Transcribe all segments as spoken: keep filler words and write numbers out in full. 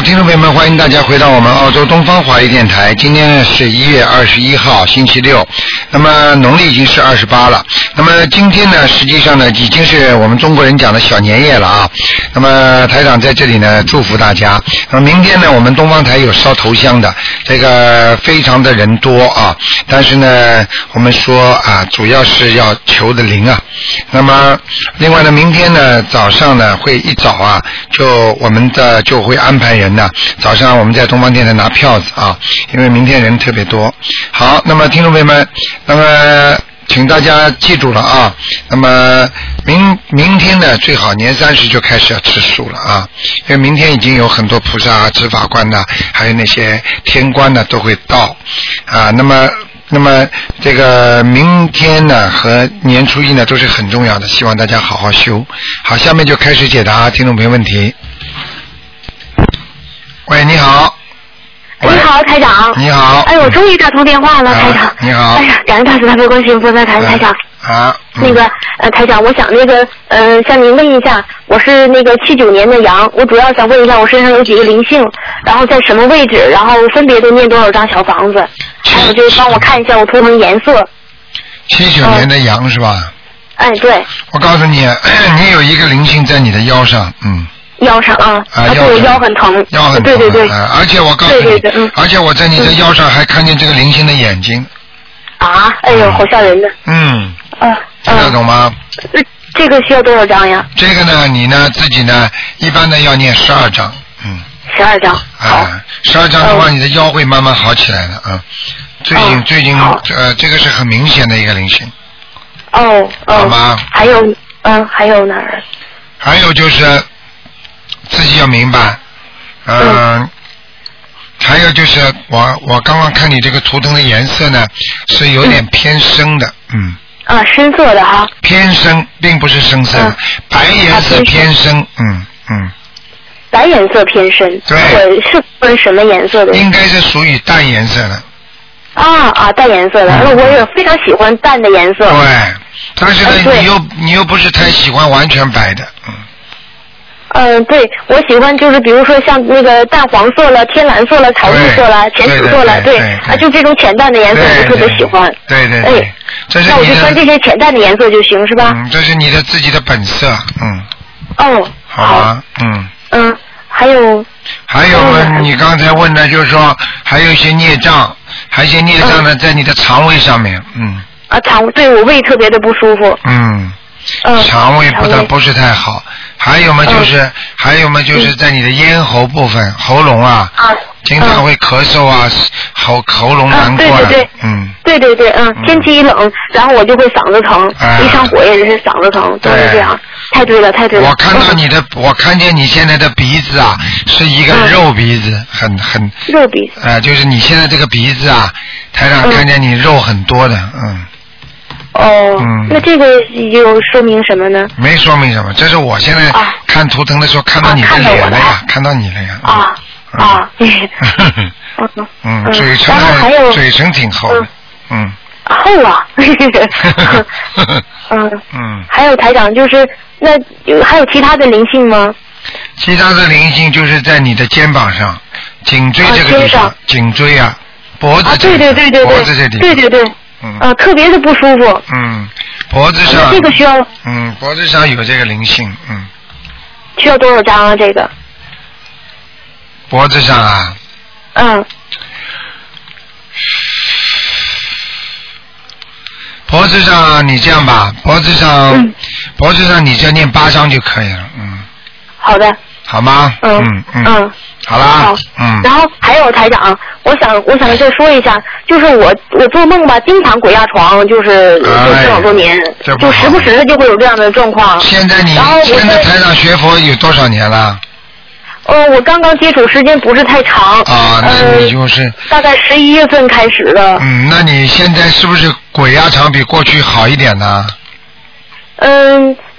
听众朋友们，欢迎大家回到我们澳洲东方华语电台。今天是一月二十一号，星期六，那么农历已经是二十八了。那么今天呢，实际上呢，已经是我们中国人讲的小年夜了啊。那么台长在这里呢，祝福大家。那么明天呢，我们东方台有烧头香的，这个非常的人多啊。但是呢，我们说啊，主要是要求的灵啊。那么另外呢，明天呢早上呢会一早啊，就我们的就会安排人呢，早上我们在东方电台拿票子啊，因为明天人特别多。好，那么听众朋友们，那么请大家记住了啊，那么明明天呢最好年三十就开始要吃素了啊，因为明天已经有很多菩萨啊、执法官呐、啊，还有那些天官呢都会到啊，那么那么这个明天呢和年初一呢都是很重要的，希望大家好好修。好，下面就开始解答听众朋友问题。喂，你好。 你好，台长。 你好。 哎，我终于打通电话了，台长。 你好。 哎呀，感恩大慈大悲观世音菩萨，感恩台长。 啊。 那个呃，台长，我想那个呃，向您问一下，我是那个七九年的羊，我主要想问一下我身上有几个灵性，然后在什么位置，然后分别都念多少张小房子，还有就是帮我看一下我图腾颜色。 七九年的羊是吧？ 哎，对。 我告诉你，你有一个灵性在你的腰上，嗯。 腰上啊， 啊， 对我腰很疼， 腰很疼， 对对对， 啊，而且我告诉你， 对对对，嗯， 而且我在你的腰上还看见这个灵性的眼睛。 啊，哎呦，好吓人的。 嗯。 啊。 听得懂吗？ 这这个需要多少张呀？ 这个呢，你呢自己呢，一般呢要念十二张，嗯。 十二张。 啊，十二张的话，你的腰会慢慢好起来的啊。最近最近呃，这个是很明显的一个灵性。 哦哦。 好吗？ 还有嗯，还有哪儿？ 还有就是。自己要明白，嗯、呃嗯，还有就是我我刚刚看你这个图腾的颜色呢，是有点偏深的，嗯。 啊，深色的哈。偏深，并不是深色的，嗯、白颜色偏深，啊、嗯嗯。 白颜色偏深。 对。 我是分什么颜色的？ 应该是属于淡颜色的。 啊啊，淡颜色的，那、嗯、我也非常喜欢淡的颜色。 对，但是呢， 啊、 你又你又不是太喜欢完全白的，嗯。 嗯，对，我喜欢就是比如说像那个淡黄色了、天蓝色了、草绿色了、浅紫色了，对，啊，就这种浅淡的颜色我特别喜欢。 对对对。 哎，那我就穿这些浅淡的颜色就行，是吧？ 嗯，这是你的自己的本色，嗯。 哦。 好啊，嗯。 嗯，还有。 还有呢，你刚才问的就是说还有一些孽障，还有一些孽障呢在你的肠胃上面，嗯。 啊，肠对我胃特别的不舒服。 嗯。 嗯。 肠胃不得不是太好。还有嘛，就是、嗯、还有嘛，就是在你的咽喉部分、嗯、喉咙啊，啊经常会咳嗽啊，嗯、喉喉咙难过、啊。 对对对， 嗯。 对对对，嗯，天气一冷，然后我就会嗓子疼，啊、一上火也是嗓子疼，都是这样。太对了，太对了。 我看到你的，嗯、我看见你现在的鼻子啊，是一个肉鼻子，嗯、很很。 肉鼻子。 啊、呃，就是你现在这个鼻子啊，台上看见你肉很多的，嗯。 哦， 嗯， 那这个有说明什么呢？ 没说明什么，这是我现在看图腾的时候看到你的脸了呀，啊、看到你了呀。 啊啊， 嗯嗯，嘴唇还嘴唇挺厚的，嗯。 厚啊。嗯嗯。还有台长，就是那有还有其他的灵性吗？ 其他的灵性就是在你的肩膀上、颈椎这个地方，颈椎啊，脖子这里， 对对对对脖子这里， 对对对。嗯，啊，特别的不舒服。 嗯，脖子上。 这个需要。 嗯，脖子上有这个灵性，嗯。 需要多少张啊？这个。 脖子上啊。 嗯。 脖子上，你这样吧，脖子上，嗯、脖子上你就念八张就可以了，嗯。 好的。 好吗？ 嗯嗯嗯。嗯好啦， 好， 嗯， 然后还有台长，我想我想再说一下，就是我我做梦吧，经常鬼压床，就是就这么多年，就时不时的就会有这样的状况。 现在你现在台长学佛有多少年了？ 呃，我刚刚接触时间不是太长。 啊，那你就是、呃、 大概十一月份开始的。 嗯，那你现在是不是鬼压床比过去好一点呢？ 嗯。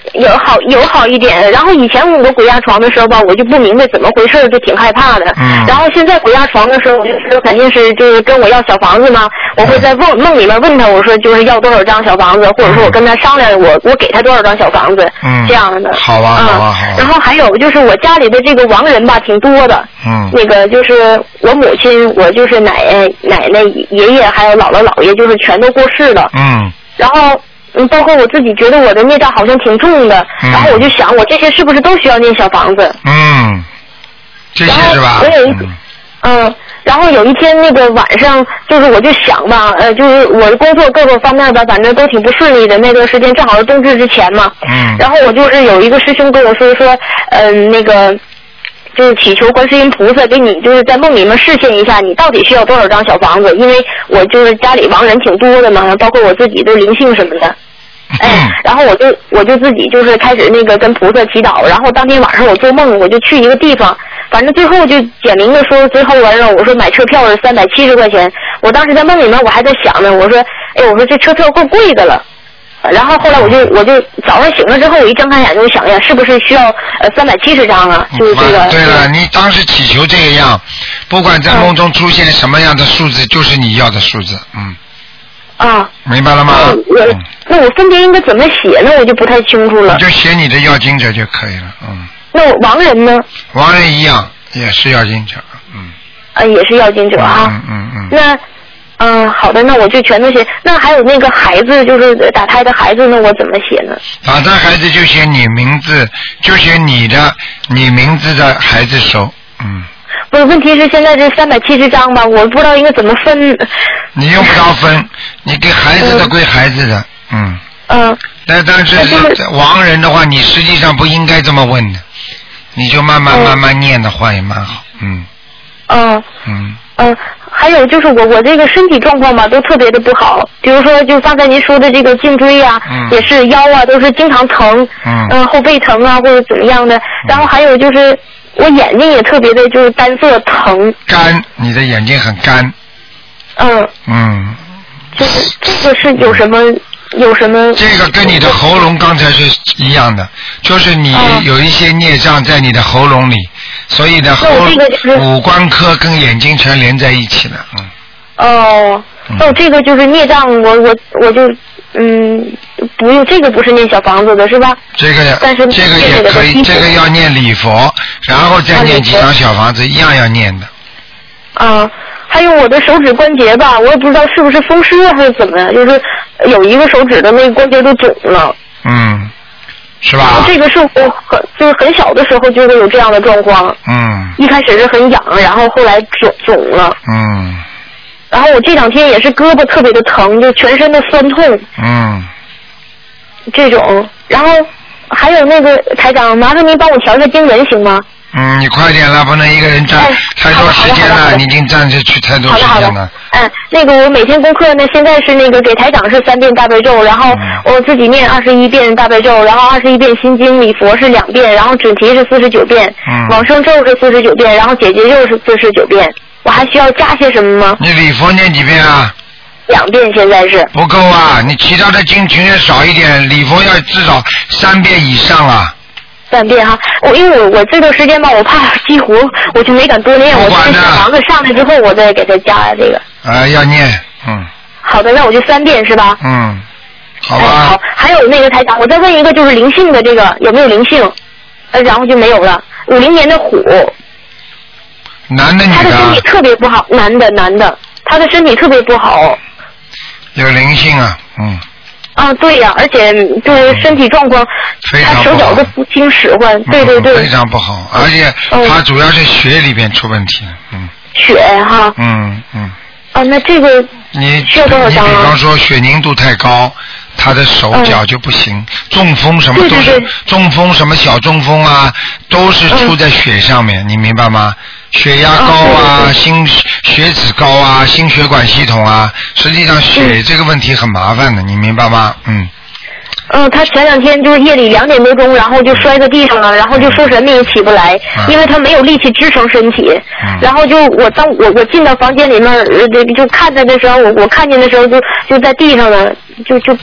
有好有好一点，然后以前我鬼压床的时候吧，我就不明白怎么回事，就挺害怕的。 嗯。 然后现在鬼压床的时候，我就说肯定是就是跟我要小房子嘛，我会在梦梦里面问他，我说就是要多少张小房子，或者说我跟他商量，我我给他多少张小房子， 嗯， 这样的。 好啊，好啊，好啊。 然后还有就是我家里的这个亡人吧，挺多的。 嗯。 那个就是我母亲，我就是奶奶奶爷爷还有姥姥姥爷，就是全都过世了。 嗯。 然后。嗯，包括我自己觉得我的孽障好像挺重的， 嗯、 然后我就想，我这些是不是都需要念小房子？ 嗯，这些是吧？ 我有一嗯,嗯，然后有一天那个晚上，就是我就想吧，呃，就是我的工作各个方面吧，反正都挺不顺利的。那段时间正好是冬至之前嘛， 嗯， 然后我就是有一个师兄跟我说说，嗯、呃，那个。就是祈求观世音菩萨给你，就是在梦里面示现一下，你到底需要多少张小房子？因为我就是家里亡人挺多的嘛，包括我自己的灵性什么的。哎，然后我就我就自己就是开始那个跟菩萨祈祷，然后当天晚上我做梦，我就去一个地方，反正最后就简明的说，最后完了我说买车票是三百七十块钱，我当时在梦里面我还在想呢，我说，哎，我说这车票够贵的了。然后后来我就我就早上醒了之后，我一睁开眼睛，我想呀，是不是需要呃三百七十张啊？就是这个。 对了，你当时祈求这个样，不管在梦中出现什么样的数字，就是你要的数字，嗯。 啊。 明白了吗？ 我、嗯、那我分别应该怎么写呢？我就不太清楚了。 你就写你的要经者就可以了，嗯。 那我亡人呢？ 亡人一样，也是要经者，嗯。 啊，也是要经者啊。 嗯嗯嗯。 那。嗯，好的，那我就全都写。那还有那个孩子，就是打胎的孩子，那我怎么写呢？ 打胎孩子就写你名字，就写你的你名字的孩子手，嗯。 不是，问题是现在这三百七十张吧，我不知道应该怎么分。 你用不着分，你给孩子的归孩子的，嗯。 嗯。 但但是亡人的话，你实际上不应该这么问的，你就慢慢、嗯、慢慢念的话也蛮好，嗯。 嗯。 嗯。 嗯。还有就是我我这个身体状况吧都特别的不好，比如说就刚才您说的这个颈椎啊， 嗯、 也是腰啊都是经常疼， 嗯、 呃，后背疼啊或者怎么样的，嗯、然后还有就是我眼睛也特别的就是单色疼。 干，你的眼睛很干。 嗯。 嗯。 就是这个是有什么？有什么？ 这个跟你的喉咙刚才是一样的，就是你有一些孽障在你的喉咙里，所以呢，喉五官科跟眼睛全连在一起了，嗯。 哦，哦，这个就是孽障，我我我就嗯，不用这个不是念小房子的是吧？ 这个， 但是这个也可以，这个要念礼佛，然后再念几张小房子，一样要念的。 啊。还有我的手指关节吧，我也不知道是不是风湿还是怎么样，就是有一个手指的那个关节都肿了。 嗯，是吧？ 这个是我很就是很小的时候就会有这样的状况。 嗯。 一开始是很痒，然后后来肿肿了。 嗯。 然后我这两天也是胳膊特别的疼，就全身的酸痛。 嗯。 这种，然后还有那个台长，麻烦您帮我调一下经文行吗？ 嗯，你快点了，不能一个人站、哎、太多时间了，你已经站着去太多时间了。 嗯，那个我每天功课呢，现在是那个给台长是三遍大悲咒，然后我自己念二十一遍大悲咒，然后二十一遍心经，礼佛是两遍，然后准提是四十九遍， 嗯、 往生咒是四十九遍，然后解结咒是四十九遍。我还需要加些什么吗？ 你礼佛念几遍啊？ 两遍，现在是。 不够啊，你其他的经情愿少一点，礼佛要至少三遍以上啊。 三遍哈，我因为我我这段时间吧，我怕激活，我就没敢多念。我这小房子上来之后，我再给他加这个。 呃，要念，嗯。 好的，那我就三遍是吧？ 嗯，好吧。 哎、好，还有那个台长，我再问一个，就是灵性的这个有没有灵性？呃，然后就没有了。五零年的虎。 男的女的？ 他的身体特别不好，男的男的，他的身体特别不好。 有灵性啊，嗯。 啊，对呀、啊，而且就是身体状况， 嗯、 他手脚都不听使唤， 嗯、 对对对， 非常不好，而且他主要是血里边出问题，嗯。 血哈。 嗯嗯。 啊，那这个你需要多少张啊？ 你比方说血凝度太高，他的手脚就不行，嗯、中风什么都是， 对对对中风什么小中风啊，都是出在血上面，嗯、你明白吗？血压高啊， 哦、 心血脂高啊，心血管系统啊，实际上血这个问题很麻烦的，嗯、你明白吗？嗯。 嗯，他前两天就是夜里两点多钟，然后就摔在地上了，然后就说什么也起不来，嗯、因为他没有力气支撑身体。 嗯、 然后就我当我我进到房间里面，呃，就看他的时候，我我看见的时候就就在地上了，就就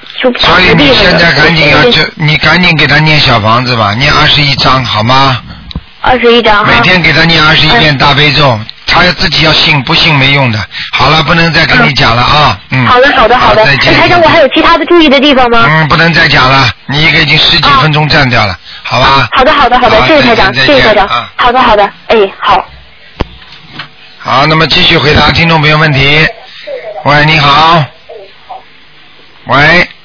所以你现在赶紧要就你赶紧给他念小房子吧，念二十一章好吗？ 二十一章。 每天给他念二十一遍大悲咒，他自己要信，不信没用的。好了，不能再跟你讲了啊。嗯。 好的，好的，好的。 再见。 台长，我还有其他的注意的地方吗？ 嗯，不能再讲了，你一个已经十几分钟占掉了，好吧？ 好的，好的，好的，谢谢台长，谢谢台长。好的，好的，哎，好。 好，那么继续回答听众朋友问题。喂，你好。喂。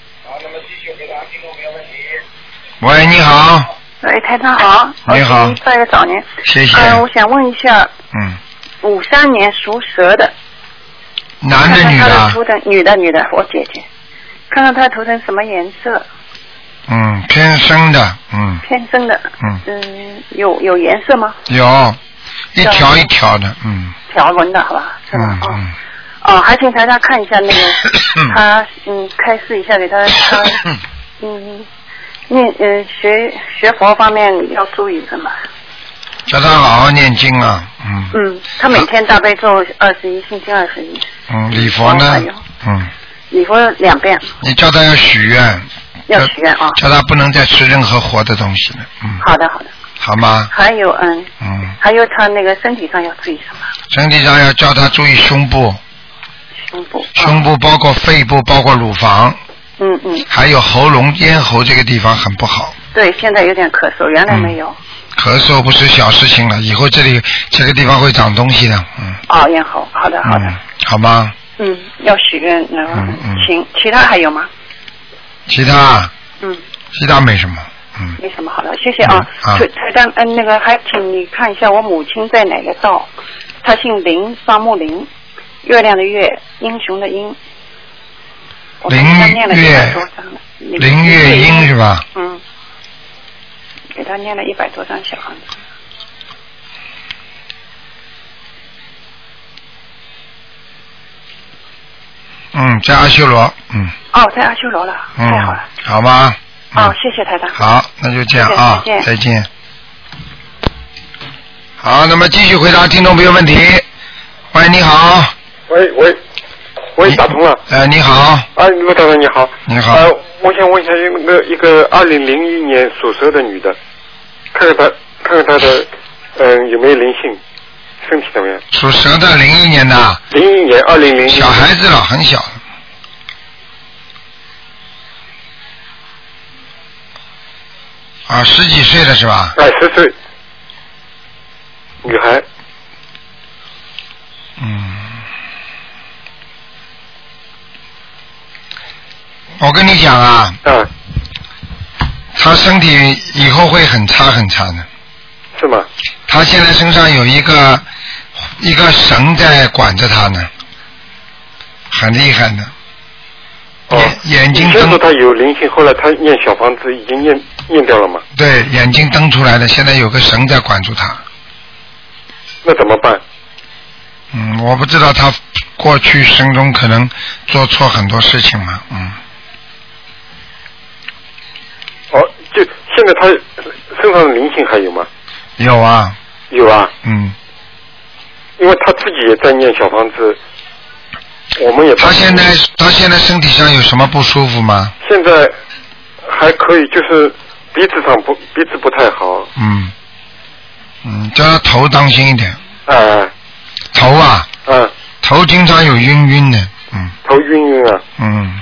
喂，你好。 喂，台长好。 你好。 我拜个早年。 谢谢。 嗯，我想问一下。 嗯。 五三年属蛇的。 男的女的？ 看看他的图腾，女的女的，我姐姐。看看他图腾什么颜色？ 嗯，偏深的，嗯。 偏深的。 嗯。 嗯，有有颜色吗？ 有，一条一条的，嗯。 条纹的，好吧？是吧？ 嗯嗯。 哦，还请台长看一下那个他，嗯，开示一下给他，他，嗯。念呃学学佛方面要注意什么？ 叫他好好念经啊，嗯。 嗯，他每天大悲咒二十一，心经二十一。 嗯，礼佛呢？嗯。 礼佛两遍。 你叫他要许愿。 要许愿啊。 叫他不能再吃任何活的东西了，嗯。 好的，好的。 好吗？ 还有嗯。 嗯。 还有他那个身体上要注意什么？ 身体上要叫他注意胸部。 胸部。 胸部包括肺部，包括乳房。 嗯嗯， 还有喉咙、咽喉这个地方很不好。 对，现在有点咳嗽，原来没有。 嗯、咳嗽不是小事情了，以后这里这个地方会长东西的，嗯。 哦，咽喉，好的好的、嗯。 好吗？ 嗯，要许愿，然后请其他还有吗？ 其他？ 嗯。 其他没什么，嗯。 没什么，好的，谢谢啊。 啊。 台长，嗯，那个还请你看一下我母亲在哪个道？她姓林，双木林，月亮的月，英雄的英。 林月，林月英是吧？ 嗯，给他念了一百多张小房子。 嗯，在阿修罗，嗯。 哦，在阿修罗了， 嗯、 太好了。 好吗？ 嗯、哦，谢谢台长。 好，那就这样啊， 谢谢再见。好，那么继续回答听众朋友问题。喂，你好。 喂喂。喂，打通了。 呃，你好。 啊，陆大人你好。 你好。 呃，我想问一下，一个一个二零零一年属蛇的女的，看看她看看她的嗯、呃、有没有灵性，身体怎么样？ 属蛇的零一年的。 零一年，二零零一。 小孩子了，很小。啊，十几岁了是吧？ 哎，十岁。女孩。 嗯。我跟你讲啊， 嗯， 他身体以后会很差很差的。 是吗？ 他现在身上有一个一个神在管着他呢，很厉害的。 哦， 眼眼睛你先说他有灵性，后来他念小房子已经念念掉了吗？ 对，眼睛瞪出来的，现在有个神在管住他。 那怎么办？ 嗯，我不知道他过去生中可能做错很多事情嘛，嗯。 哦，就现在他身上的灵性还有吗？ 有啊。 有啊。 嗯。 因为他自己也在念小房子，我们也。 他现在他现在身体上有什么不舒服吗？ 现在还可以，就是鼻子上不鼻子不太好。 嗯。嗯，叫他头当心一点。 哎。 头啊。 嗯。 头经常有晕晕的，嗯。 头晕晕啊。 嗯。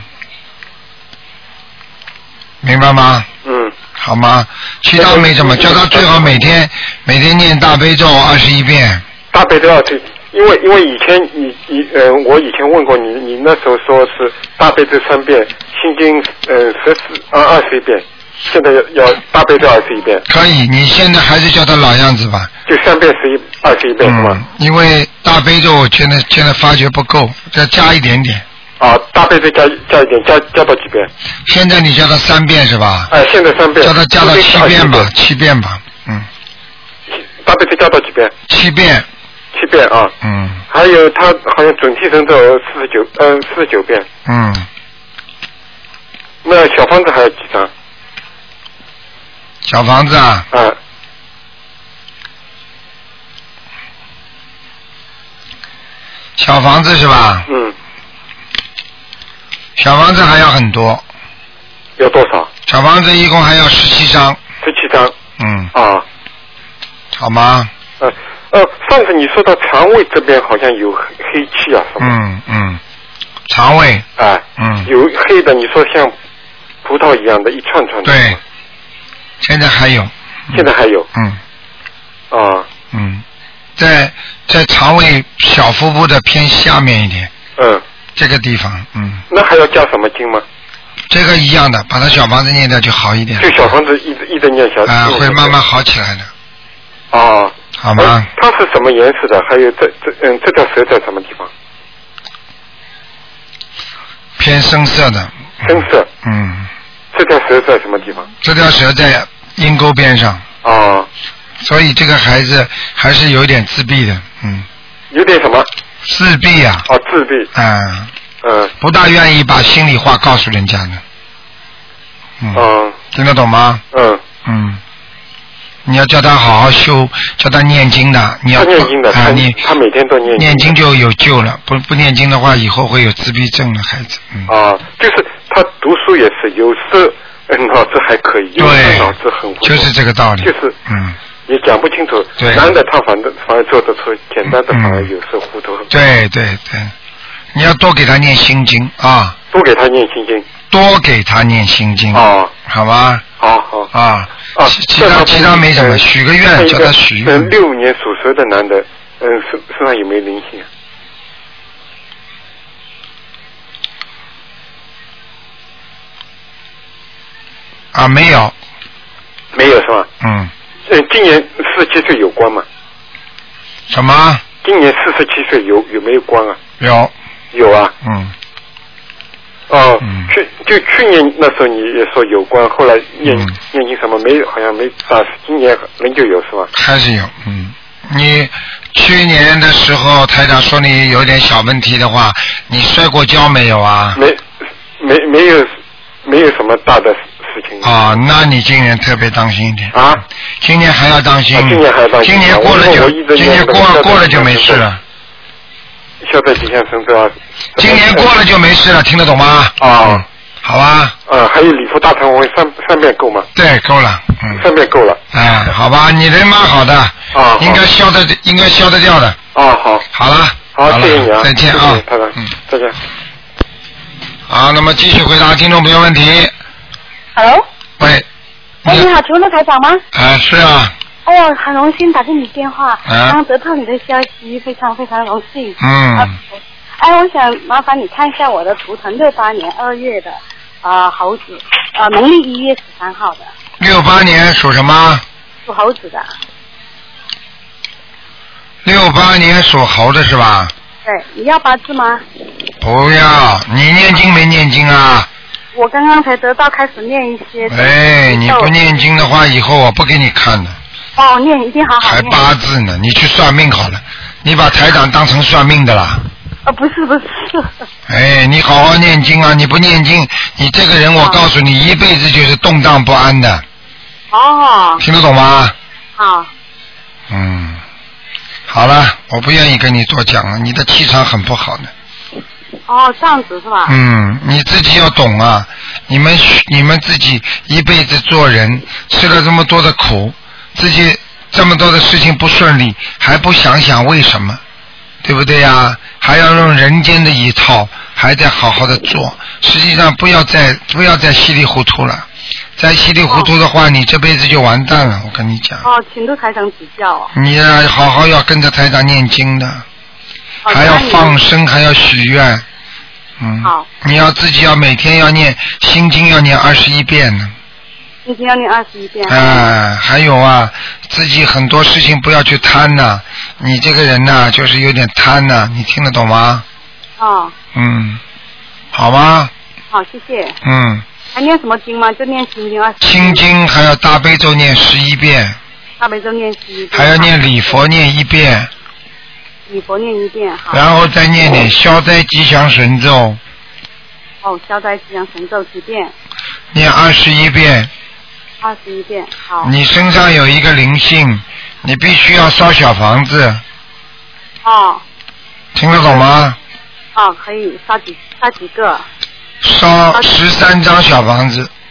明白吗？ 嗯。 好吗？其他没什么，叫他最好每天每天念大悲咒二十一遍。 大悲咒二十，因为因为以前你你呃，我以前问过你，你那时候说是大悲咒三遍，心经呃十四啊二十一遍，现在要要大悲咒二十一遍。 可以，你现在还是叫他老样子吧。 就三遍十一二十一遍是吗？ 嗯，因为大悲咒我现在现在发觉不够，再加一点点。 啊，大悲咒加加一点，加加到几遍？ 现在你叫他三遍是吧？ 哎，现在三遍。 叫他加到七遍吧，七遍吧，嗯。 大悲咒加到几遍？ 七遍。 七遍啊。 嗯。 还有他好像准提神咒四十九，嗯，四十九遍。 嗯。 那小房子还有几张？ 小房子啊。 啊。 小房子是吧？ 嗯。 小房子还要很多。 要多少？ 小房子一共还要十七张。 十七张。 嗯。 啊。 好吗？ 呃呃，上次你说到肠胃这边好像有黑黑气啊，什么？ 嗯嗯，肠胃。 哎。 嗯。 有黑的，你说像葡萄一样的一串串的。 对。现在还有。 现在还有。 嗯。 啊。 嗯，在在肠胃小腹部的偏下面一点。 嗯。 这个地方，嗯。 那还要加什么经吗？ 这个一样的，把它小房子念掉就好一点。 就小房子一直一直念小。 啊，会慢慢好起来的。 啊。 好吗？ 它是什么颜色的？还有这这嗯，这条蛇在什么地方？ 偏深色的。 深色。 嗯。 这条蛇在什么地方？ 这条蛇在阴沟边上。 啊。 所以这个孩子还是有点自闭的，嗯。 有点什么？ 自闭啊。 哦，自闭。 嗯。 嗯。 不大愿意把心里话告诉人家的。嗯。 嗯。 听得懂吗？ 嗯。 嗯。你要叫他好好修，叫他念经的。你要他念经的， 啊，你他每天都念经。 念经就有救了，不不念经的话，以后会有自闭症的孩子。嗯。 啊，就是他读书也是，有时嗯脑子还可以，有时脑子很糊涂。 就是这个道理。 就是嗯。 你讲不清楚，难的他反正反而做得出，简单的反而有时糊涂。 对对对，你要多给他念心经啊。 多给他念心经。 多给他念心经。 啊。 好吧。 好好。 啊。 啊， 其他其他没什么，许个愿，叫他许愿。 嗯，六五年属蛇的男的，嗯，身身上有没有灵性啊？啊，没有。 没有是吧？ 嗯。 嗯，今年四十七岁有关吗？ 什么？ 今年四十七岁有有没有关啊？ 有。 有啊。 嗯。 哦， 嗯、 去就去年那时候你也说有关，后来念、嗯、念经什么没好像没啊，今年仍旧有是吧？ 还是有，嗯，你去年的时候台长说你有点小问题的话，你摔过跤没有啊？ 没，没没有没有什么大的事情。 啊、哦，那你今年特别当心一点啊！ 今年还要当心， 啊、今年还要当心， 今年过了就今年过过了就没事了。 消灾吉祥神咒啊！ 今年过了就没事了，听得懂吗？ 啊、嗯， 好吧。 嗯，还有礼佛大忏悔三三遍够吗？ 对，够了。嗯， 三遍够了。 哎，好吧，你人蛮好的。 啊， 应该消得应该消得掉的。 啊，好。 好了。 好，谢谢你啊。 再见啊。 拜拜。嗯，再见。 好，那么继续回答听众朋友问题。 Hello。 喂。 哎，你好，请问台长吗？ 啊，是啊。 哎呦，很荣幸打进你电话， 啊、 刚得到你的消息，非常非常荣幸。 嗯。 啊、哎，我想麻烦你看一下我的图腾，六八年二月的啊、呃、猴子，呃农历一月十三号的。 六八年属什么？ 属猴子的。 六八年属猴的是吧？ 对，你要八字吗？ 不要，你念经没念经啊？ 我刚刚才得到，开始念一些。 哎，你不念经的话，以后我不给你看的。 哦，念一定好好念。 还八字呢？你去算命好了，你把台长当成算命的啦。 啊，不是不是。 哎，你好好念经啊！你不念经，你这个人我告诉你，一辈子就是动荡不安的。 哦。 听得懂吗？ 好。 嗯，好了，我不愿意跟你多讲了，你的气场很不好的。 哦，这样子是吧？ 嗯，你自己要懂啊！你们你们自己一辈子做人，吃了这么多的苦，自己这么多的事情不顺利，还不想想为什么，对不对呀？还要用人间的一套，还得好好的做。实际上，不要再不要再稀里糊涂了，再稀里糊涂的话，哦、你这辈子就完蛋了。我跟你讲。 哦，请督台长指教哦。 你要好好要跟着台长念经的，哦、还要放生，还要许愿。嗯， 好， 你要自己要每天要念心经，要念二十一遍呢。 心经要念二十一遍。 哎、呃，还有啊，自己很多事情不要去贪呐、啊。你这个人呐、啊，就是有点贪呐、啊，你听得懂吗？ 哦。 嗯，好吗？ 好，谢谢。 嗯。 还念什么经吗？就念心经二十。 心经还要大悲咒念十一遍。 大悲咒念十一遍。 还要念礼佛念一遍。 礼佛念一遍，好。 然后再念点消灾吉祥神咒。 哦，消灾吉祥神咒几遍？ 念二十一遍。 二十一遍，好。 你身上有一个灵性，你必须要烧小房子。 哦。 听得懂吗？ 哦，可以烧几烧几个？ 烧十三张小房子。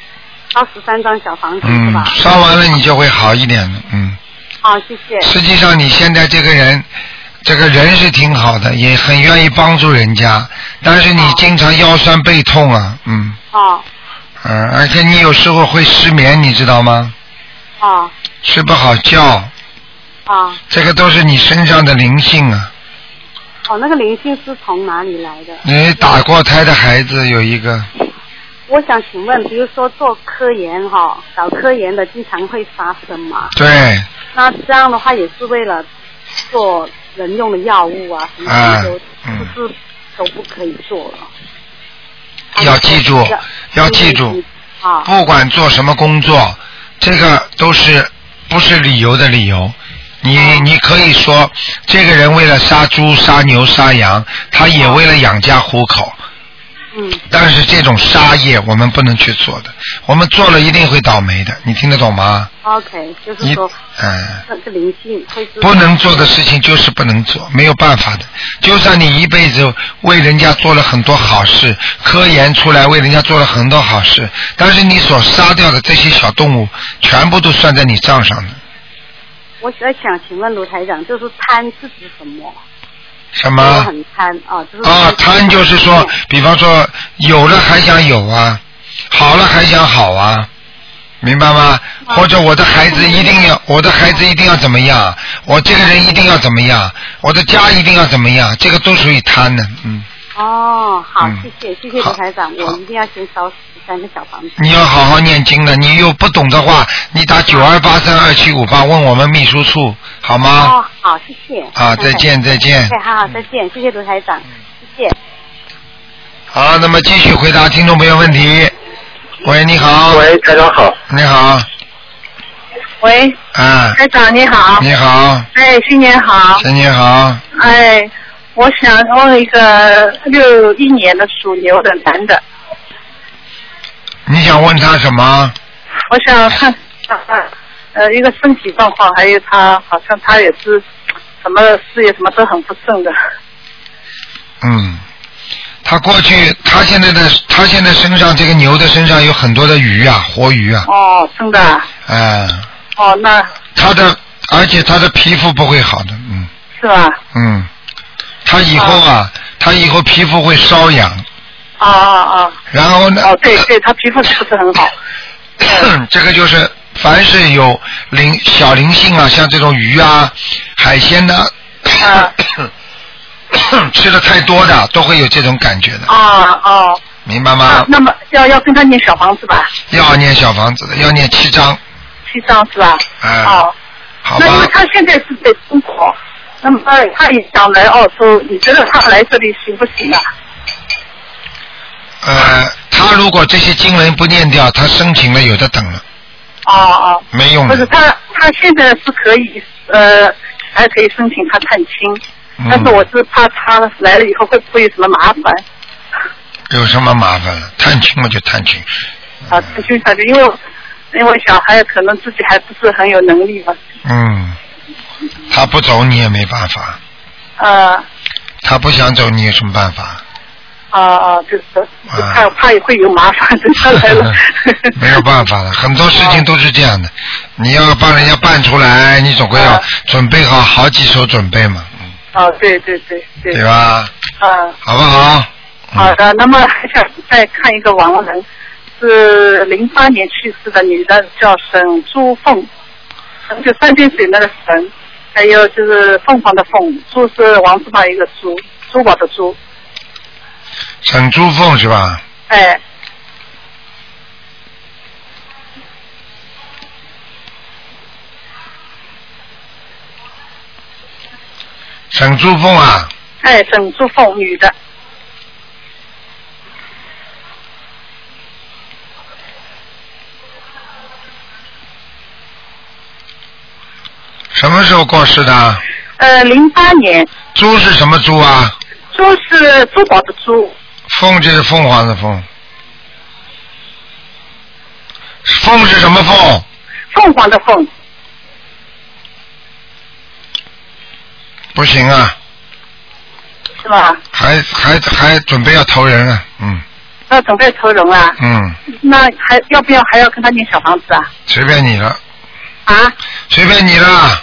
烧十三张小房子、 嗯、 是吧？ 烧完了你就会好一点的，嗯。 好，谢谢。 实际上你现在这个人，这个人是挺好的，也很愿意帮助人家，但是你经常腰酸背痛啊，嗯。 哦。 嗯，而且你有时候会失眠，你知道吗？ 哦。 睡不好觉。 啊。 这个都是你身上的灵性啊。 哦，那个灵性是从哪里来的？ 你打过胎的孩子有一个。 我想请问，比如说做科研哈，搞科研的经常会发生嘛？ 对。 那这样的话也是为了做人用的药物啊什么的，就、嗯、不是都不可以做了。 要记住，要记住，啊，不管做什么工作，这个都是不是理由的理由。你、啊、你可以说，这个人为了杀猪、杀牛、杀羊，他也为了养家糊口。嗯。但是这种杀业我们不能去做的，我们做了一定会倒霉的，你听得懂吗 ？OK， 就是说， 嗯， 这个灵性会是不能做的事情就是不能做，没有办法的。就算你一辈子为人家做了很多好事，科研出来为人家做了很多好事，但是你所杀掉的这些小动物，全部都算在你账上的。 我在想，请问卢台长，就是贪是指什么？ 什么？ 很贪啊，就是啊，贪就是说，比方说有了还想有啊，好了还想好啊，明白吗？啊、或者我的孩子一定要，我的孩子一定要怎么样，我这个人一定要怎么样，我的家一定要怎么样，这个都属于贪的，嗯。 哦，好，嗯、谢谢谢谢卢台长，我一定要先烧十三个小房子。 你要好好念经的，你又不懂的话，你打九二八三二七五八问我们秘书处好吗？ 哦，好，谢谢。 啊，再见再见。 对，好好再见，谢谢卢台长，谢谢。 好，那么继续回答听众朋友问题。喂，你好。 喂，台长好。 你好。 喂。 啊。 台长你好。 你好。 哎，新年好。 新年好。 哎。我想问一个六一年的属牛的男的。 你想问他什么？ 我想看他呃一个身体状况，还有他好像他也是什么事业什么都很不顺的。 嗯，他过去他现在的他现在身上这个牛的身上有很多的鱼啊，活鱼啊。 哦，真的。 哎、嗯。 哦，那。他的而且他的皮肤不会好的，嗯。 是吧？ 嗯。他以后啊，啊他以后皮肤会瘙痒。 啊啊啊！ 然后呢？ 哦，对对，他皮肤是不是很好？ 这个就是凡是有灵小灵性啊，像这种鱼啊、海鲜呢、啊，吃的太多的都会有这种感觉的。 啊哦。 明白吗？ 啊、那么要要跟他念小房子吧？ 要念小房子的，要念七章。 七章是吧？ 哎、嗯。 哦。 好吧。 那因为他现在是在中国。那么他也想来澳洲，你觉得他来这里行不行啊？ 呃，他如果这些经文不念掉，他申请了有的等了。 哦哦。 没用的。 不是他，他现在是可以呃，还可以申请他探亲，嗯、但是我是怕他来了以后会不会有什么麻烦？ 有什么麻烦了？探亲嘛就探亲。 啊，探亲探亲，因为因为小孩可能自己还不是很有能力嘛。 嗯。他不走你也没办法。 呃。 他不想走你有什么办法？ 啊啊，就是怕、啊、怕也会有麻烦，等他来了。 没有办法了，很多事情都是这样的。你要帮人家办出来，你总归要准备好好几手准备嘛。 嗯。哦，对对对对。 对吧？ 嗯。 好不好？ 好的，那么还想再看一个亡人，是零八年去世的女的，叫沈珠凤。就三点水那个神，还有就是凤凰的凤，珠是王字旁一个珠，珠宝的珠。 沈珠凤是吧？ 哎。 沈珠凤啊。 哎，沈珠凤，女的。 什么时候过世的？ 呃，零八年。 珠是什么珠啊？ 珠是珠宝的珠。 凤就是凤凰的凤。凤是什么凤？ 凤凰的凤。 不行啊。 是吧？ 还还还准备要投人啊，嗯。 要准备投人了。 嗯。 那还要不要还要跟他念小房子啊？ 随便你了。 啊？ 随便你了。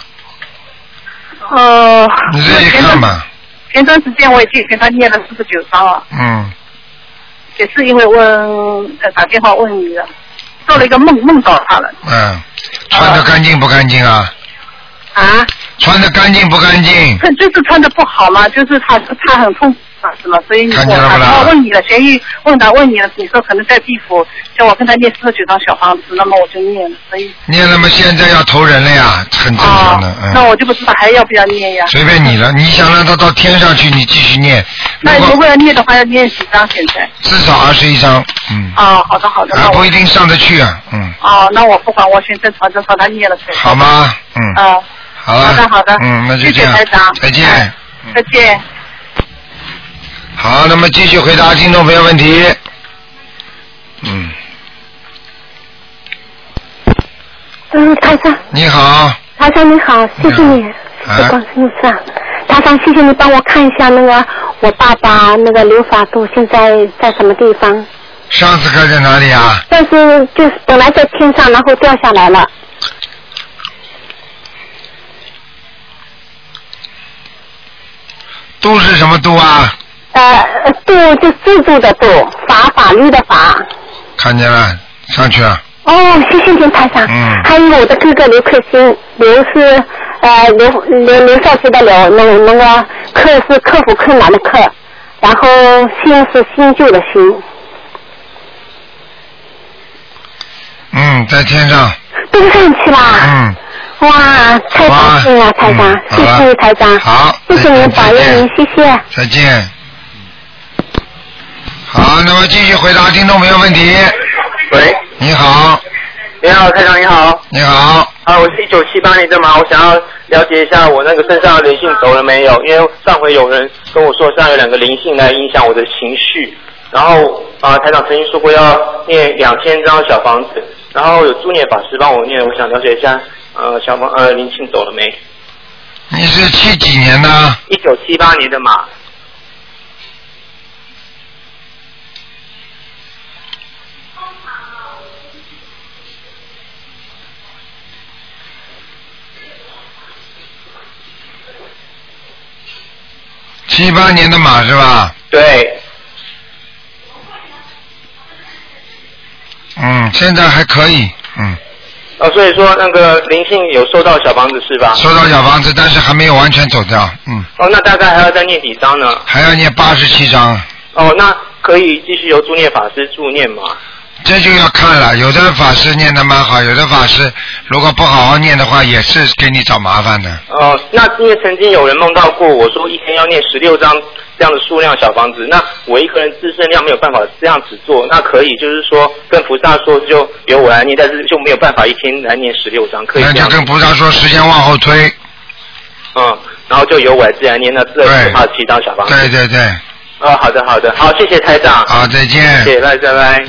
哦。 你自己看吧。 前段时间我已经跟他念了四十九章了。 嗯。 也是因为问呃打电话问你的，做了一个梦，梦到他了。 嗯。穿得干净不干净啊？ 啊？ 穿得干净不干净？ 他就是穿得不好嘛，就是他他很痛苦嘛，是吗？所以我打电话问你了，咸鱼问他问你了，你说可能在地府，叫我跟他念四十九张小房子，那么我就念了，所以念了嘛，现在要投人了呀，很正常的。 哦嗯、 那我就不知道还要不要念呀？ 随便你了，你想让他到天上去，你继续念。 那如果要念的话，要念几张？现在？ 至少二十一张，嗯。 哦，好的好的。 啊，不一定上得去啊，嗯。 哦，那我不管，我现在反正帮他念了。 好吗？嗯。 啊。 好了。 好的好的。 嗯，那就这样。 谢谢台长。 再见。 哎嗯、再见。 好，那么继续回答听众朋友问题。嗯。 嗯，台长。 你好。 台长你好，谢谢你，谢谢观世音菩萨。台长，谢谢你帮我看一下那个我爸爸那个刘法度现在在什么地方？ 上次看在哪里啊？ 但是就是本来在天上，然后掉下来了。 度是什么度啊？ 呃，度就自助的度，法法律的法。 看见了，上去了。 哦，谢谢您台长。 嗯。 还有我的哥哥刘克星，刘是呃刘刘刘少奇的刘，那个那个克是克服困难的克，然后新是新旧的新。 嗯，在天上。 都上去啦。 嗯。 哇，太高兴了，台长，谢谢你台长。 好。 谢谢您保佑您，谢谢。 再见。好，那么继续回答听众朋友问题。 喂。 你好。 你好，台长你好。 你好。 啊，我是一九七八年的嘛，我想要了解一下我那个身上的灵性走了没有？因为上回有人跟我说身上有两个灵性来影响我的情绪，然后啊，台长曾经说过要念两千张小房子，然后有助念法师帮我念，我想了解一下呃小房呃灵性走了没？ 你是七几年的？ 一九七八年的马。 七八年的马是吧？ 对。 嗯，现在还可以，嗯。 哦，所以说那个灵性有收到小房子是吧？ 收到小房子，但是还没有完全走掉，嗯。 哦，那大概还要再念几张呢？ 还要念八十七张。 哦，那可以继续由助念法师助念吗？ 这就要看了，有的法师念得蛮好，有的法师如果不好好念的话，也是给你找麻烦的。 哦、呃，那因为曾经有人梦到过，我说一天要念十六张这样的数量小房子，那我一个人自身量没有办法这样子做，那可以就是说跟菩萨说就由我来念，但是就没有办法一天来念十六张，可以这样。 那就跟菩萨说时间往后推。 嗯，然后就由我来自然念那这二十七张小房子。 对对对。 哦，好的好的，好，谢谢台长。 好，再见。 谢谢，拜拜拜。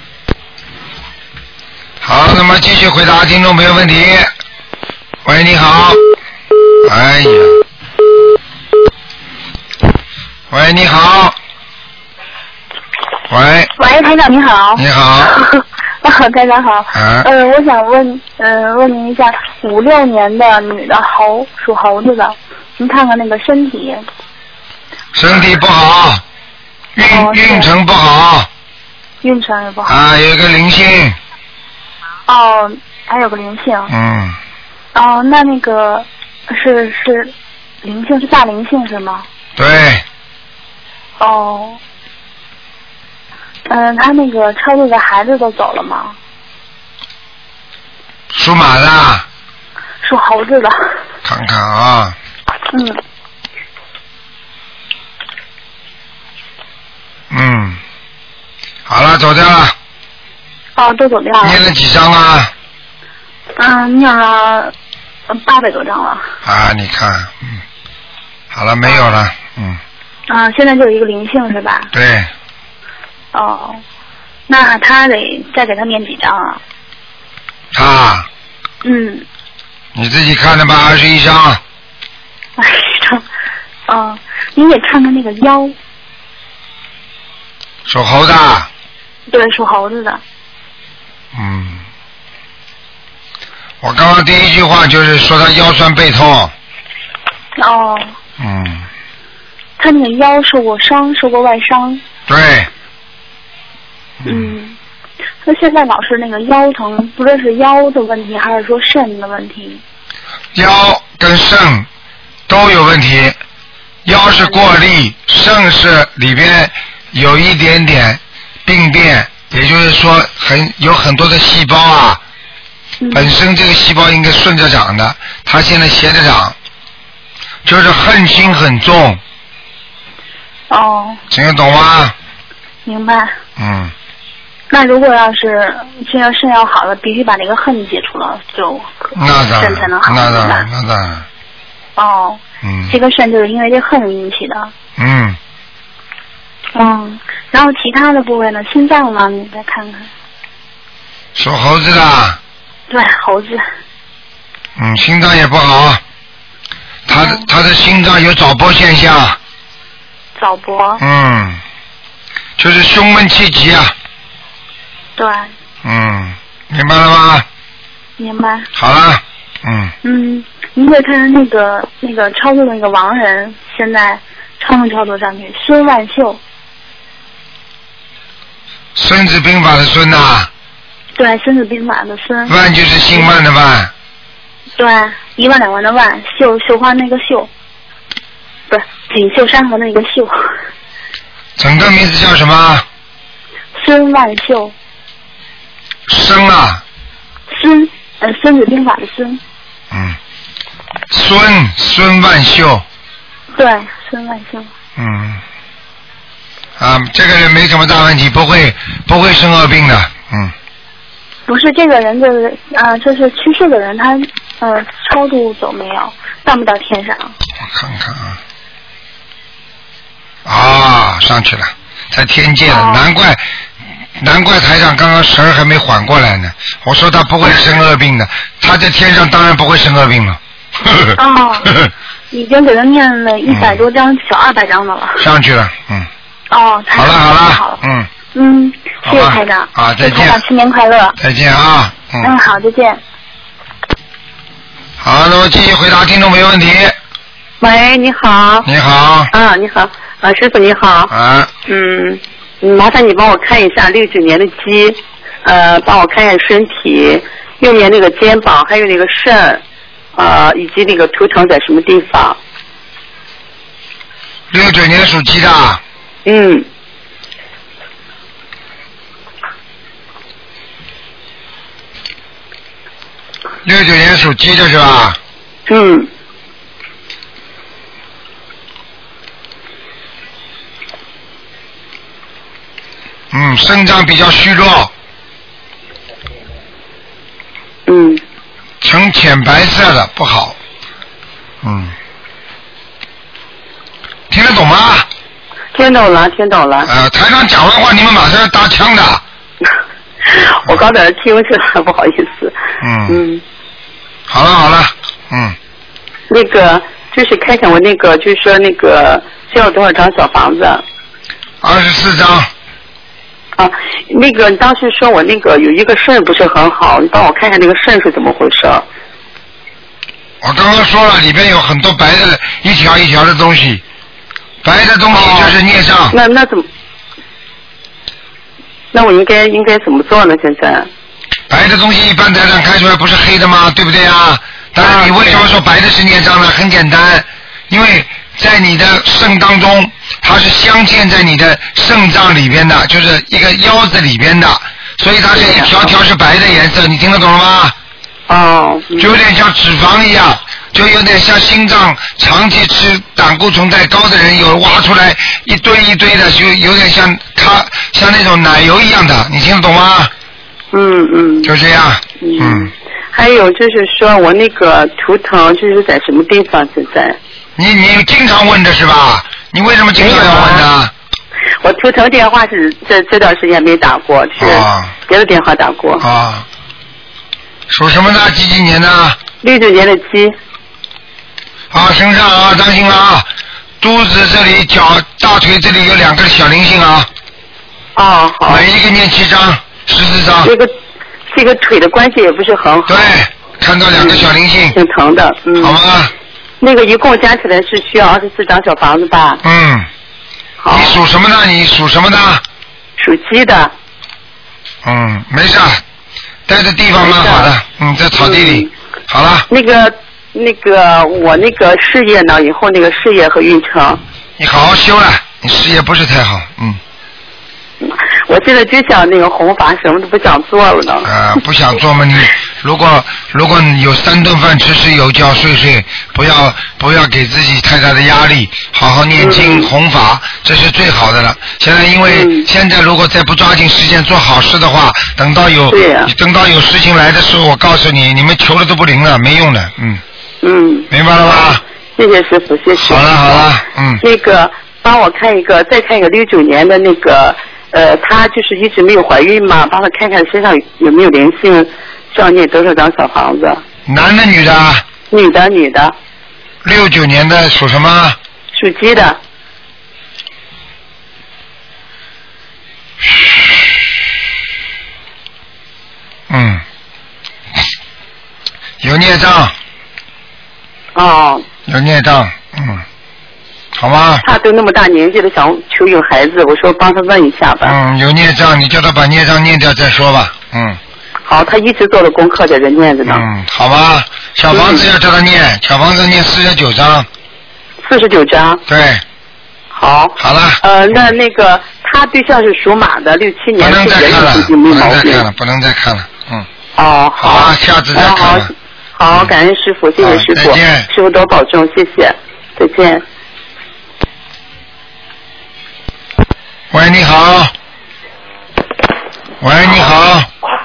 好，那么继续回答听众朋友问题。喂，你好。哎呀。喂，你好。喂。 喂，台长你好。 你好。 啊，台长好。 嗯。 呃，我想问，嗯、呃，问您一下，五六年的女的猴，属猴子的，您看看那个身体。 身体不好，运、哦、运程不好。 运程也不好。 啊，有一个灵性。 哦，还有个灵性。 嗯。 哦，那那个是是灵性是大灵性是吗？ 对。 哦。嗯，他那个超度的孩子都走了吗？ 属马的。 属猴子的。 看看啊。 嗯。 嗯。好了，走掉了。 哦，都走掉了。 念了几张啊？ 嗯，念了八百多张了。 啊，你看，嗯，好了，没有了，嗯。 啊，现在就有一个灵性是吧？ 对。 哦，那他得再给他念几张啊？ 他。 嗯。 你自己看着吧，二十一张。 二十一张。哦，您也看看那个腰。 属猴的。 对，属猴子的。 嗯，我刚刚第一句话就是说他腰酸背痛。 哦。 嗯。 他那个腰受过伤，受过外伤。 对。 嗯。他现在老是那个腰疼，不知道是腰的问题还是说肾的问题。 腰跟肾都有问题，腰是过力，肾是里边有一点点病变，也就是说很有很多的细胞啊， 嗯、 本身这个细胞应该顺着长的，它现在斜着长，就是恨心很重。 哦。 听得懂吗？ 明白。 嗯。 那如果要是现在肾要好了，必须把那个恨解除了，就肾才能好。 那当然，那当然。 哦。 嗯。 这个肾就是因为这恨引起的。 嗯。 嗯，然后其他的部位呢？心脏呢？你再看看。 属猴子的。 对，猴子。 嗯，心脏也不好，他的、嗯、他的心脏有早搏现象。 早搏。 嗯，就是胸闷气急啊。 对。 嗯，明白了吗？ 明白。 好了，嗯。 嗯，您会看看那个那个超度那个亡人，现在超能超度上去，孙万秀。 孙子兵法的孙呐、啊。 对，孙子兵法的孙。 万就是姓万的万。 对，一万两万的万，绣绣花那个绣，不是锦绣山河那个绣。 整个名字叫什么？ 孙万秀。 生啊。 孙，呃，孙子兵法的孙。 嗯。孙孙万秀。 对，孙万秀。 嗯。啊，这个人没什么大问题，不会不会生恶病的，嗯。 不是这个人的啊、呃，就是去世的人，他呃超度走没有？到不到天上？ 我看看啊。啊，上去了，在天界了，哦、难怪难怪台上刚刚神儿还没缓过来呢。我说他不会生恶病的，他在天上当然不会生恶病了。 哦，已经给他念了一百多张，小二百张的了。 上去了，嗯。 哦， 好了好了，嗯。 嗯，谢谢台长。 啊，再见。 台长新年快乐。 再见啊。嗯, 嗯，好，再见。 好，那么继续回答听众朋友问题。 喂，你好。 你好。 啊，你好，啊，师傅你好。 啊。 嗯，麻烦你帮我看一下六九年的鸡，呃，帮我看一下身体，右面那个肩膀，还有那个肾，呃，以及那个图腾在什么地方。 六九年属鸡的。 嗯。 六九年属鸡的是吧？ 嗯。 嗯，肾脏比较虚弱。 嗯。 呈浅白色的，不好。嗯。听得懂吗？ 听懂了，听懂了。 呃，台长讲完话，你们马上要搭腔的。 我刚才听去了，不好意思。 嗯。 嗯。 好了好了，嗯。 那个就是看看我那个，就是说那个需要多少张小房子？ 二十四张。 啊，那个你当时说我那个有一个肾不是很好，你帮我看看那个肾是怎么回事？ 我刚刚说了，里边有很多白的一条一条的东西，白的东西就是孽障。 哦、那那怎么？那我应该应该怎么做呢？现在？ 白的东西一般台上看出来不是黑的吗？对不对啊？但是你为什么说白的是孽障呢？很简单，因为在你的肾当中，它是镶嵌在你的肾脏里边的，就是一个腰子里边的，所以它是一条条是白的颜色，你听得懂了吗？ 哦。 就有点像脂肪一样，就有点像心脏长期吃胆固醇太高的人，有挖出来一堆一堆的，就有点像它像那种奶油一样的，你听得懂吗？ 嗯嗯。 就这样。嗯。嗯还有就是说我那个图腾就是在什么地方现在？ 你你经常问的是吧？你为什么经常要问呢？ 啊、我图腾电话是这这段时间没打过，是别的电话打过。 啊。属什么的？几几年的？ 六九年的鸡。 啊，身上啊，当心了啊！肚子这里、脚、大腿这里有两个小灵性啊。 哦，好。 每一个念七张，十四张。 这个这个腿的关系也不是很好。 对，看到两个小灵性。 挺疼的，嗯。 好吗？ 那个一共加起来是需要二十四张小房子吧？ 嗯。好。你属什么的？你属什么的？ 属鸡的。 嗯，没事，待的地方蛮好的，嗯，在草地里。嗯、好了。 那个那个我那个事业呢？以后那个事业和运程。 你好好修了，你事业不是太好，嗯。 我现在就想那个弘法，什么都不想做了呢。 啊、呃，不想做嘛？你如果如果有三顿饭吃吃，有觉睡睡，不要不要给自己太大的压力，好好念经、嗯、弘法，这是最好的了。现在因为、嗯、现在如果再不抓紧时间做好事的话，等到有、啊、等到有事情来的时候，我告诉你，你们求了都不灵了，没用的，嗯。 嗯。 明白了吧？ 谢谢师傅，谢谢。 好了好了，嗯。 那个帮我看一个，再看一个六九年的那个。呃，她就是一直没有怀孕嘛，帮她看看身上有没有灵性，需要念多少张小房子？ 男的女的？ 女的女的。 六九年的属什么？ 属鸡的。 嗯，有孽障。 哦。 有孽障，嗯。好吗？ 他都那么大年纪了，想求有孩子，我说帮他问一下吧。 嗯，有孽障，你叫他把孽障念掉再说吧。嗯。 好，他一直做了功课在这念着呢。 嗯，好吧，小房子要叫他念，嗯、小房子念四十九章。 四十九章。 对。 好。 好了。 呃，那那个他对象是属马的，六七年。 不能再看了，不能再看了，不能再看了，嗯。 哦， 好啊，下次再看了。 好，好，感恩师傅，谢谢师傅， 再见， 师傅多保重，谢谢，再见。 喂，你好。喂，你好。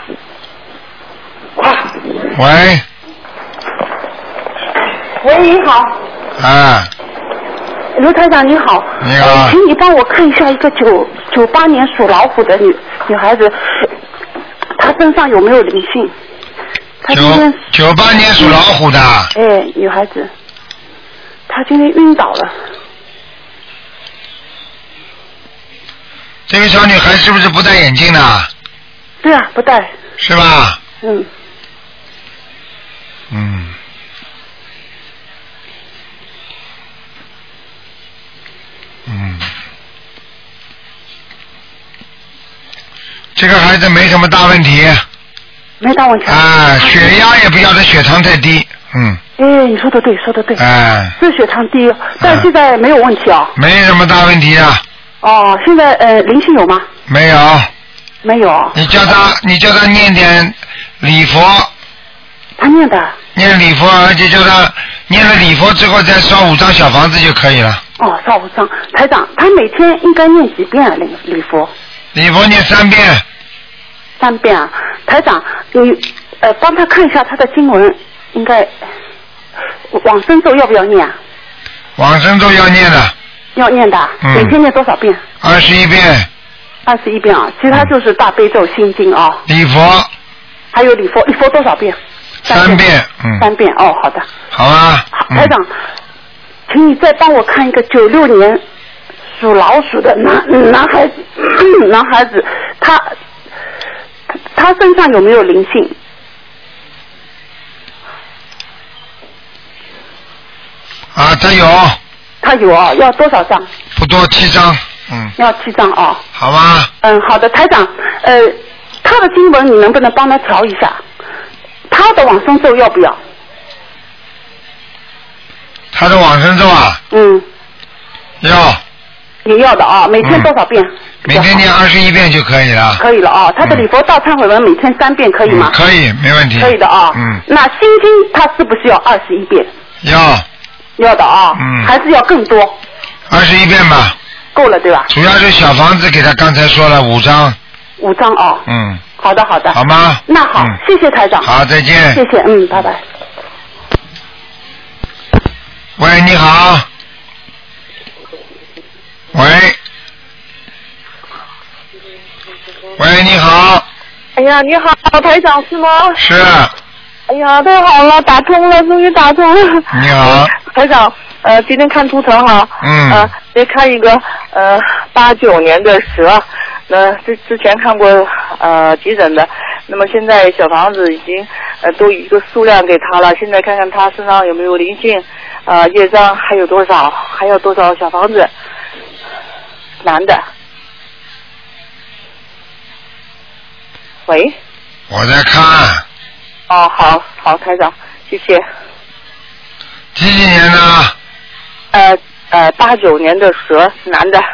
喂。 喂，你好。 啊。 卢台长你好。 你好。 呃、请你帮我看一下一个九九八年属老虎的女女孩子，她身上有没有灵性？她今天九九八年属老虎的。 哎，女孩子，她今天晕倒了。 这个小女孩是不是不戴眼镜的？ 对啊，不戴。 是吧？ 嗯。 嗯。嗯。这个孩子没什么大问题。 没大问题。 啊，血压也不要，她血糖太低。嗯。 哎，你说的对，说的对。 哎。 是血糖低，但现在没有问题啊。 没什么大问题啊。 哦，现在呃灵性有吗？ 没有。 没有。 你叫他，你叫他念点礼佛。 他念的。 念礼佛，而且叫他念了礼佛之后再烧五张小房子就可以了。 哦，烧五张。台长，他每天应该念几遍啊？那个礼佛？ 礼佛念三遍。 三遍啊，台长，你呃帮他看一下他的经文，应该往生咒要不要念啊？ 往生咒要念的。 要念的， 嗯、 每天念多少遍？ 二十一遍。 二十一遍啊，其他就是大悲咒、心经啊。 礼佛。 还有礼佛，礼佛多少遍？ 三遍。嗯。 三遍哦，好的。 好啊。 好，台长，嗯、请你再帮我看一个九六年属老鼠的男男孩子，男孩子，他他身上有没有灵性？ 啊，他有。 他有啊，要多少张？ 不多，七张。嗯。 要七张啊。 好吧。 嗯，好的，台长，呃，他的经文你能不能帮他调一下？他的往生咒要不要？ 他的往生咒啊？ 嗯。 要。 也要的啊，每天多少遍？ 嗯、每天念二十一遍就可以了。 可以了啊，他的礼佛大忏悔文每天三遍可以吗？ 嗯、可以，没问题。 可以的啊。 嗯。 那心经他是不是要二十一遍？ 要。 要的啊。 嗯。 还是要更多？ 二十一遍吧。 够了对吧？ 主要是小房子给他刚才说了五张。 五张啊。 嗯。 好的好的。 好吗？ 那好， 嗯、 谢谢台长。 好，再见。 谢谢，嗯，拜拜。 喂，你好。喂。喂，你好。 哎呀，你好，台长是吗？ 是。 哎呀，太好了，打通了，终于打通了。 你好。 台长，呃，今天看图腾哈。 嗯。 呃，再看一个呃八九年的蛇， 那之之前看过呃急诊的，那么现在小房子已经呃都一个数量给他了，现在看看他身上有没有灵性，呃业障还有多少，还有多少小房子。男的。喂。 我在看。 哦，好好，台长，谢谢。 几几年的？ 呃呃，八九年的蛇，男的。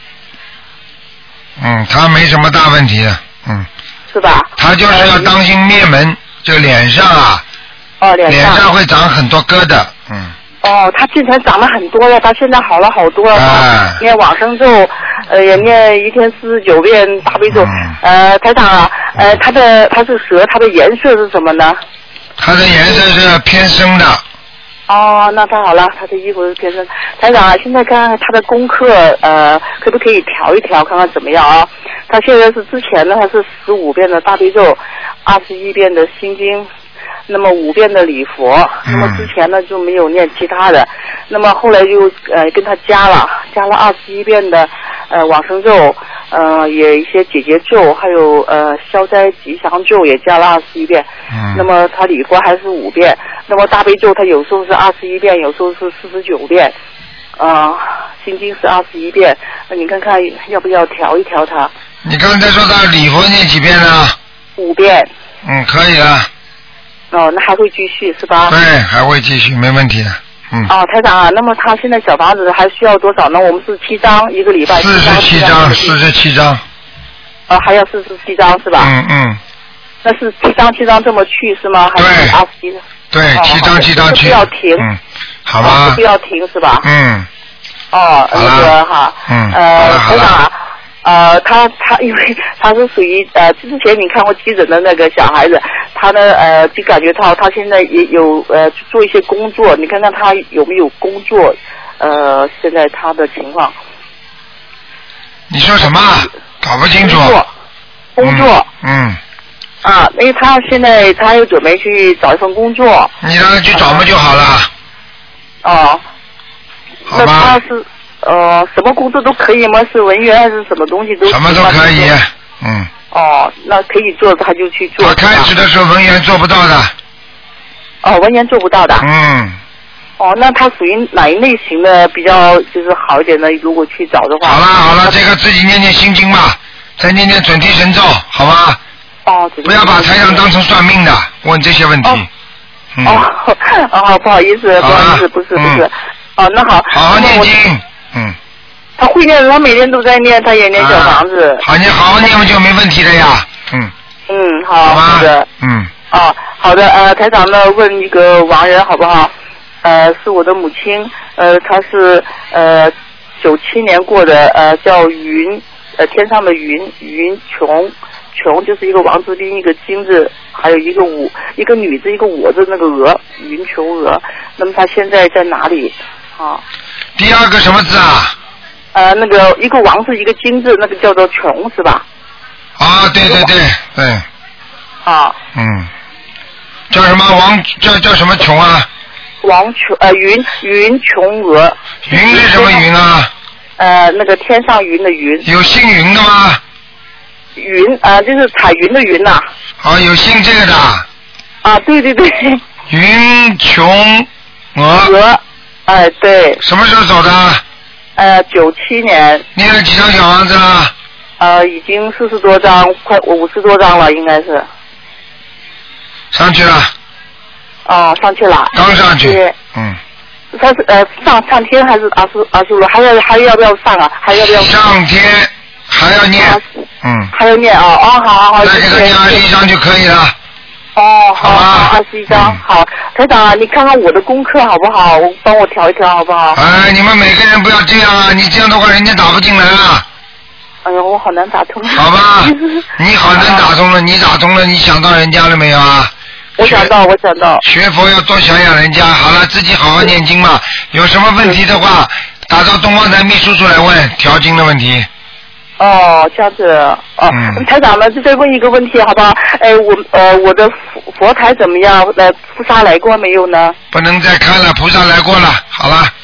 嗯，他没什么大问题的，嗯。 是吧？ 他就是要当心灭门，就脸上啊。 哦，脸上。 脸上会长很多疙瘩，嗯。 哦，他之前长了很多了，他现在好了好多了。 哎。 念往生咒，呃，也念一天四十九遍大悲咒。 嗯、 呃，台长啊，呃，他的他是蛇，他的颜色是什么呢？ 他的颜色是偏深的。 哦，那太好了，他的衣服是偏深。台长啊，现在看看他的功课，呃，可不可以调一调，看看怎么样啊？他现在是之前呢，他是十五遍的大悲咒，二十一遍的心经。那么五遍的礼佛，那么之前呢就没有念其他的，那么后来就呃跟他加了，加了二十一遍的呃往生咒，呃也一些解结咒，还有呃消灾吉祥咒也加了二十一遍。嗯。那么他礼佛还是五遍，那么大悲咒他有时候是二十一遍，有时候是四十九遍，啊、呃，心经是二十一遍，那你看看要不要调一调他？ 你刚才说他礼佛念几遍呢？ 五遍。 嗯，可以了。 哦，那还会继续是吧？ 对，还会继续，没问题的。嗯。 哦，台长啊，那么他现在小房子还需要多少呢？我们是七张一个礼拜。 四十七张，四十七张。 哦，还要四十七张是吧？ 嗯嗯。 那是七张七张这么去是吗？还是二十一？ 对，七张七张去。 不要停。 嗯。好吧。 不要停是吧？ 嗯。 哦，那个哈， 嗯， 呃，台长啊。呃，他他因为他是属于呃之前你看过急诊的那个小孩子，他呢呃就感觉到他现在也有呃做一些工作，你看看他有没有工作，呃现在他的情况。 你说什么？搞不清楚。 工作。工作。 嗯。嗯啊，因为他现在他又准备去找一份工作。 你让他去找嘛就好了。 哦。 好吧。 那他是。呃，什么工作都可以吗？是文员还是什么东西都？ 什么都可以，嗯。 哦，那可以做他就去做。 他开始的时候文员做不到的。 哦，文员做不到的。 嗯。 哦，那他属于哪一类型的比较就是好一点的？如果去找的话。 好了好了，这个自己念念心经吧，再念念准提神咒，好吧？ 哦。 不要把台长当成算命的，问这些问题。 哦。嗯、哦, 哦，不好意思，不好意思，不是不是。嗯、哦，那好。 好好念经。嗯， 他会念，他每天都在念，他也念小房子。 啊、好，你好好念不就没问题了呀？嗯。 嗯，好。好的。 嗯。 啊，好的，呃，台长呢问一个亡人好不好？呃，是我的母亲，呃，她是呃九七年过的，呃，叫云，呃，天上的云，云琼，琼就是一个王字边一个金字，还有一个武，一个女字，一个我字那个鹅，云琼鹅。那么她现在在哪里？啊。 第二个什么字啊？ 呃，那个一个王字一个金字，那个叫做琼是吧？ 啊，对对对对。 啊。 嗯。叫什么王？叫叫什么琼啊？ 王琼呃云云琼娥。 云是什么云啊？ 呃，那个天上云的云。 有姓云的吗？ 云啊、呃，就是彩云的云呐、 啊。啊，有姓这个的。 啊，对对对。 云琼娥。 娥。哎，对。 什么时候走的？ 呃，九七年。 念了几张小房子了？ 呃，已经四十多张，快五十多张了，应该是。 上去了。 哦，上去了。 刚上去。嗯。 他是呃上上天还是阿修阿修罗？还要还要不要上啊？还要不要上？ 上天还要念。啊、嗯。 还要念啊！哦，好好好。 再给他念二十一张就可以了。 哦，好，好，二十一张，嗯、好，台长啊，你看看我的功课好不好？我帮我调一调好不好？ 哎，你们每个人不要这样啊！你这样的话，人家打不进来啊。 哎呦，我好难打通。 好吧，你好难打通了，你打通了，你想到人家了没有啊？ 我想到，我想到。 学佛要多想想人家，好了，自己好好念经嘛。有什么问题的话，打到东方台秘书处来问调经的问题。 哦，这样子哦，嗯、台长呢，就再问一个问题，好不好？哎，我呃，我的佛佛台怎么样？呃，菩萨来过没有呢？ 不能再看了，菩萨来过了，好了。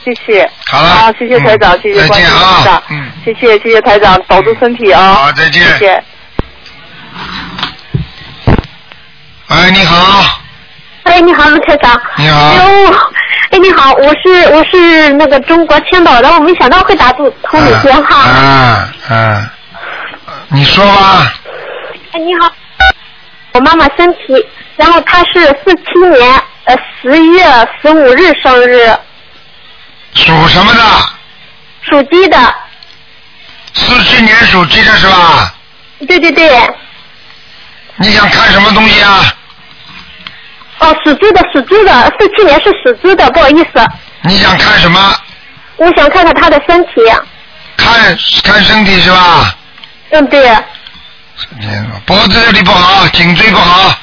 谢谢。 好了。 好，谢谢台长，谢谢关心台长。嗯。谢谢谢谢台长，保重身体啊。 好，再见。 谢谢。 哎，你好。 哎，你好，卢台长。 你好。 哎呦，哎，你好，我是我是那个中国青岛的，我没想到会打通通你电话。 啊啊，你说吧。 哎，你好，我妈妈身体，然后她是四七年呃十月十五日生日。 属什么的？ 属鸡的。 四七年属鸡的是吧？ 对对对。 你想看什么东西啊？ 哦，属猪的，属猪的，四七年是属猪的，不好意思。 你想看什么？ 我想看看他的身体。 看看身体是吧？ 嗯，对。 脖子这里不好，颈椎不好，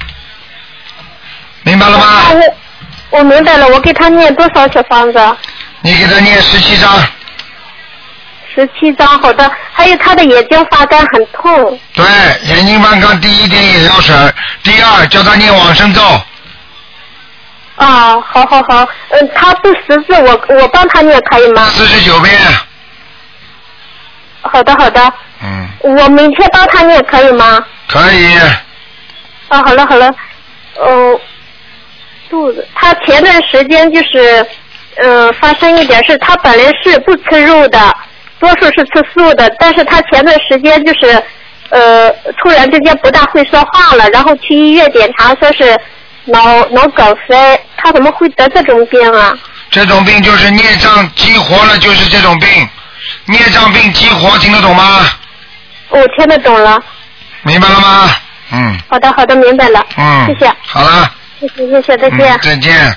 明白了吗？ 我我明白了，我给他念多少小房子？ 你给他念十七章。 十七章，好的。还有他的眼睛发干，很痛。 对，眼睛发干，第一点眼药水，第二叫他念往生咒。 啊，好好好，嗯，他不识字，我我帮他念可以吗？ 四十九遍。 好的好的。 嗯。 我明天帮他念可以吗？ 可以。 啊，好了好了，哦，肚子，他前段时间就是，嗯、呃，发生一点事，他本来是不吃肉的，多数是吃素的，但是他前段时间就是，呃，突然之间不大会说话了，然后去医院检查说是脑脑梗塞，他怎么会得这种病啊？ 这种病就是孽障激活了，就是这种病，孽障病激活，听得懂吗？ 我听得懂了。 明白了吗？嗯。 好的好的，明白了。 嗯。 谢谢。 好了。 谢谢谢谢，再见。 嗯、再见。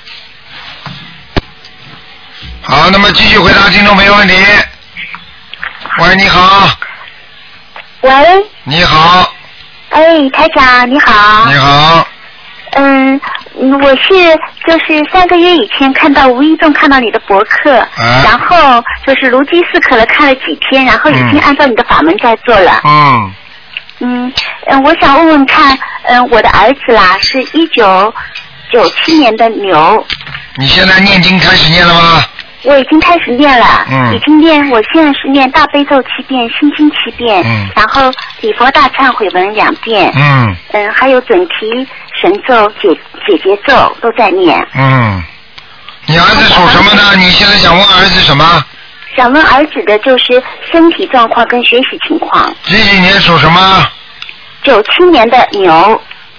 好，那么继续回答听众朋友问题。喂，你好。 喂。 你好。 哎，台长你好。 你好。 嗯，我是就是三个月以前看到无意中看到你的博客， 啊、 然后就是如饥似渴的看了几天，然后已经按照你的法门在做了。 嗯。 嗯嗯，我想问问看，嗯，我的儿子啦是一九九七年的牛。 你现在念经开始念了吗？ 我已经开始念了， 嗯， 已经念，我现在是念大悲咒七遍，心经七遍， 嗯， 然后礼佛大忏悔文两遍， 嗯， 嗯，还有准提神咒、解解结咒都在念。 嗯，你儿子属什么呢？你现在想问儿子什么？ 想问儿子的就是身体状况跟学习情况。 几几年属什么？ 九七年的牛。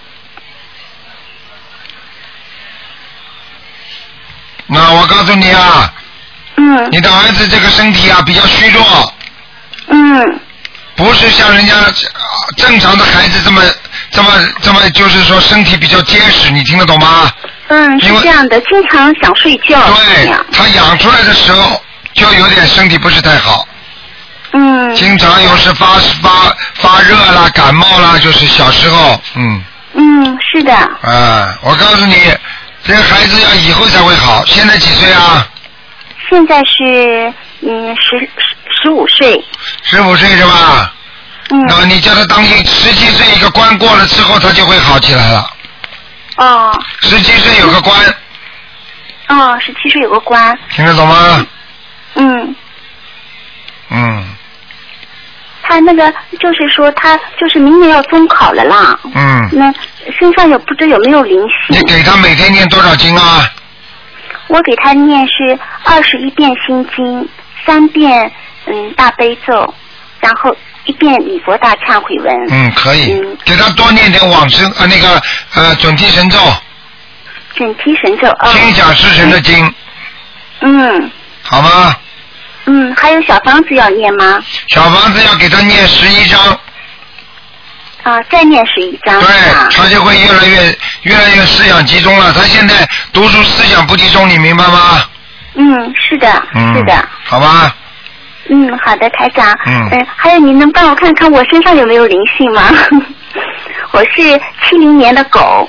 那我告诉你啊， 嗯， 你的儿子这个身体啊比较虚弱， 嗯， 不是像人家正常的孩子这么这么这么，就是说身体比较结实，你听得懂吗？ 嗯，是这样的，经常想睡觉。 对，他养出来的时候就有点身体不是太好。 嗯。 经常有时发发发热啦、感冒啦，就是小时候，嗯。 嗯，是的。 啊，我告诉你。这个孩子要以后才会好，现在几岁啊？ 现在是嗯十十十五岁。 十五岁是吧？ 嗯。 那你叫他当心，十七岁一个关过了之后，他就会好起来了。 哦。 十七岁有个关。 哦，十七岁有个关。 听得懂吗？ 嗯。 嗯。 他那个就是说，他就是明年要中考了啦。 嗯。 那身上有不知有没有灵性？ 你给他每天念多少经啊？ 我给他念是二十一遍心经，三遍嗯大悲咒，然后一遍礼佛大忏悔文。 嗯，可以。嗯。给他多念点往生呃那个呃准提神咒。 准提神咒。哦。 心想事成的经。 嗯。 好吗？ 嗯，还有小房子要念吗？ 小房子要给他念十一章。 啊，再念十一章。 对，他就会越来越越来越思想集中了。他现在读书思想不集中，你明白吗？ 嗯，是的， 嗯、 是的。 好吧。 嗯，好的，台长。 嗯。 嗯，还有您能帮我看看我身上有没有灵性吗？我是七零年的狗。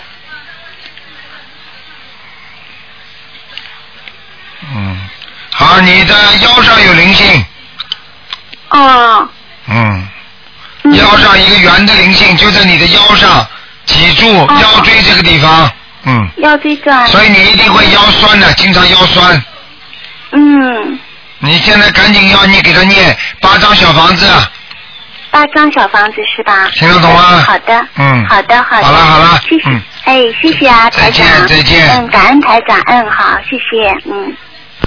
嗯。好，你的腰上有灵性。 哦。 嗯。腰上一个圆的灵性，就在你的腰上，脊柱、哦、腰椎这个地方。嗯。 腰椎段。 所以你一定会腰酸的，经常腰酸。 嗯。 你现在赶紧要你给他念八张小房子。 八张小房子是吧？ 听得懂吗？ 好的。 嗯。 好的，好的。 好了好了。 谢谢。 嗯。 哎，谢谢啊，台长。 再见再见。 嗯，感恩台长。嗯，好，谢谢。嗯。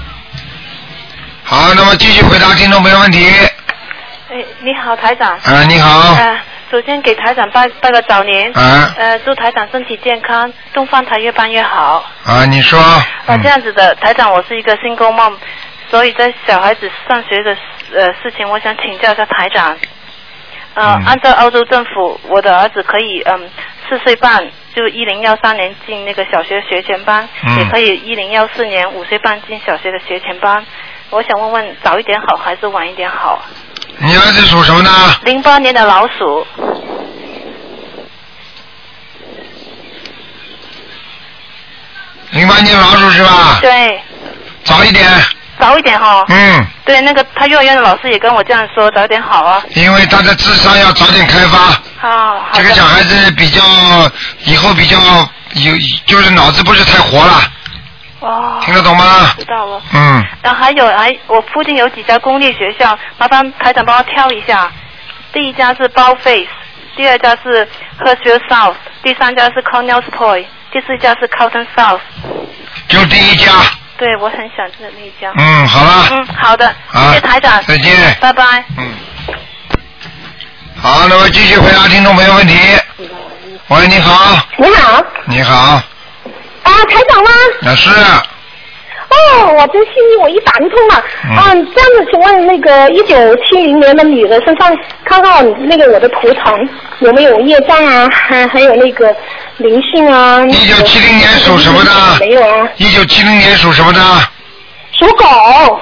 好，那么继续回答听众朋友问题。 哎，你好，台长。 啊，你好。 呃，首先给台长拜拜个早年。 啊。 呃，祝台长身体健康，东方台越办越好。 啊，你说。 呃，这样子的，台长，我是一个single mom，所以在小孩子上学的呃事情，我想请教一下台长。呃，嗯、按照澳洲政府，我的儿子可以嗯四岁半就一零幺三年进那个小学学前班，嗯、也可以一零幺四年五岁半进小学的学前班。我想问问，早一点好还是晚一点好？ 你儿子属什么呢？ 零八年的老鼠。 零八年老鼠是吧？ 对。 早一点。 早一点哈。 嗯。 对，那个他幼儿园的老师也跟我这样说，早一点好啊。 因为他的智商要早点开发。 好。 这个小孩子比较以后比较有，就是脑子不是太活了。 哦。 听得懂吗？ 知道了。 嗯。 然后还有还我附近有几家公立学校，麻烦台长帮我挑一下。第一家是 Bowface， 第二家是 Hurstville South， 第三家是 Cornell's Point， 第四家是 Carlton South。 就第一家。 对，我很想这那一家。 嗯，好了。 嗯，好的，谢谢台长。 再见。 拜拜。 嗯。好，那么继续回答听众朋友问题。喂，你好。 你好。 你好。 啊，台长吗？ 那是。 哦，我真幸运，我一打通了。嗯。啊，这样子，请问那个一九七零年的女的身上，看看那个我的图腾有没有业障啊？还还有那个灵性啊？ 一九七零年属什么的？ 没有啊。 一九七零年属什么的？ 属狗。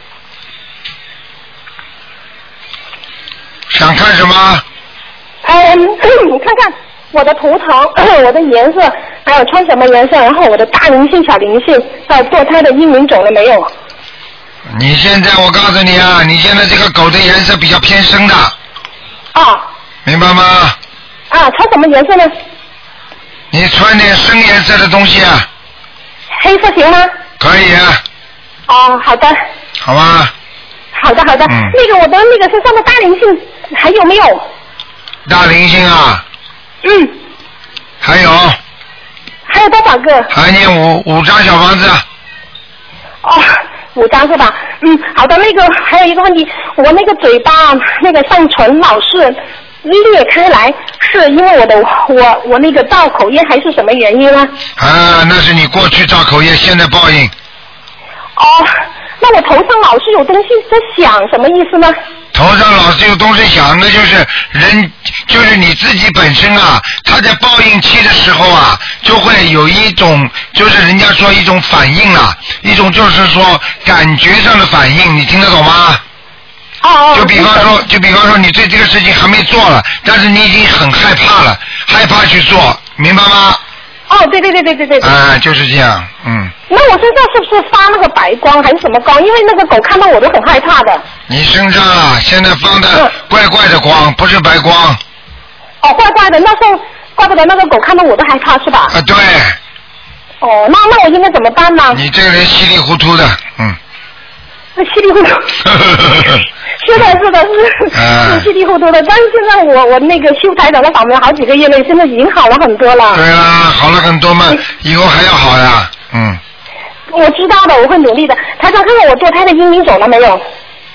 想看什么？ 嗯，你看看我的图腾，我的颜色，还有穿什么颜色，然后我的大灵性、小灵性，还有堕胎的阴灵走了没有？ 你现在我告诉你啊，你现在这个狗的颜色比较偏深的。 啊。 明白吗？ 啊，穿什么颜色呢？ 你穿点深颜色的东西啊。 黑色行吗？ 可以啊。 哦，好的。 好吧。 好的，好的。嗯。那个我的那个身上的大灵性还有没有？ 大灵性啊。 嗯。 还有。 还有多少个？ 还念五五张小房子。 哦，五张是吧？嗯，好的。那个还有一个问题，我那个嘴巴那个上唇老是裂开来，是因为我的我我那个造口业还是什么原因呢？ 啊，那是你过去造口业，现在报应。 哦，那我头上老是有东西在响，什么意思呢？ 头上老是有东西响，那就是人，就是你自己本身啊，他在报应期的时候啊，就会有一种，就是人家说一种反应啊，一种就是说感觉上的反应，你听得懂吗？ 哦。 就比方说，就比方说，你对这个事情还没做了，但是你已经很害怕了，害怕去做，明白吗？ 哦，对对对对对对。 啊，就是这样，嗯。 那我身上是不是发那个白光还是什么光？因为那个狗看到我都很害怕的。 你身上啊，现在放的怪怪的光，不是白光。 哦，怪怪的，那时候怪不得那个狗看到我都害怕是吧？ 啊，对。 哦，那那我应该怎么办呢？ 你这个人稀里糊涂的，嗯。 稀里糊涂。是的，是的，是、啊、是稀里糊涂的。但是现在我我那个修台长的法门好几个月了，现在已经好了很多了。 对啦，好了很多嘛，以后还要好呀，嗯。 我知道的，我会努力的。台长，看看我堕胎的阴灵走了没有？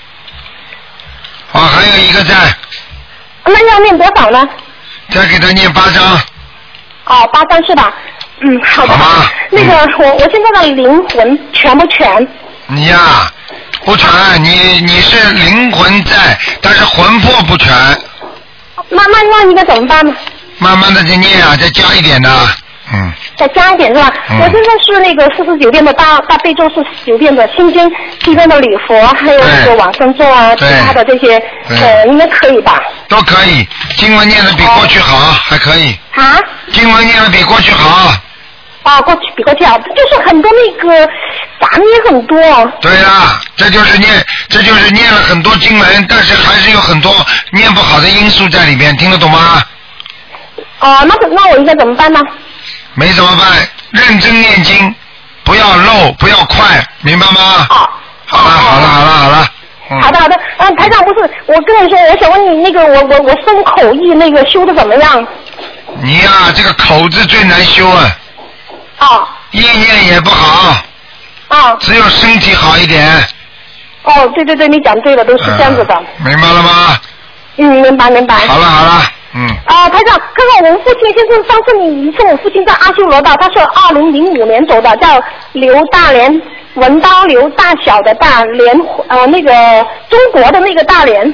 哦，还有一个在。 那要念多少呢？ 再给他念八张。 哦，八张是吧？嗯，好的。 好吗？ 那个，嗯、我我现在的灵魂全不全？ 你呀、啊，不全，你你是灵魂在，但是魂魄不全。 那那那应该怎么办呢？ 慢慢的再念啊，再加一点的。嗯， 再加一点是吧？嗯、我现在是那个四十九遍的大大悲咒，四十九遍的心经，七遍的礼佛，还有那个往生咒啊，其他的这些，呃，应该可以吧？ 都可以，经文念的比过去好，哦、还可以。 啊？ 经文念的比过去好。 啊，过去比过去好，就是很多那个杂念很多。 对啦，这就是念，这就是念了很多经文，但是还是有很多念不好的因素在里面，听得懂吗？ 哦、呃，那那我应该怎么办呢？ 没怎么办，认真念经，不要漏，不要快，明白吗？ 哦好了好了好了好了。嗯、 好的好的，嗯，台长不是，我跟你说，我想问你那个，我我我生口译那个修的怎么样？ 你呀、啊，这个口字最难修啊。 啊。 意念也不好。 啊。 只有身体好一点。 哦，对对对，你讲对了，都是这样子的。 嗯、明白了吗？ 嗯，明白明白。 好了好了，嗯。 啊，台长，看看我父亲，就是上次你一次我父亲在阿修罗道，他是二零零五年走的，叫刘大连。文刀刘大小的大连，呃，那个中国的那个大连。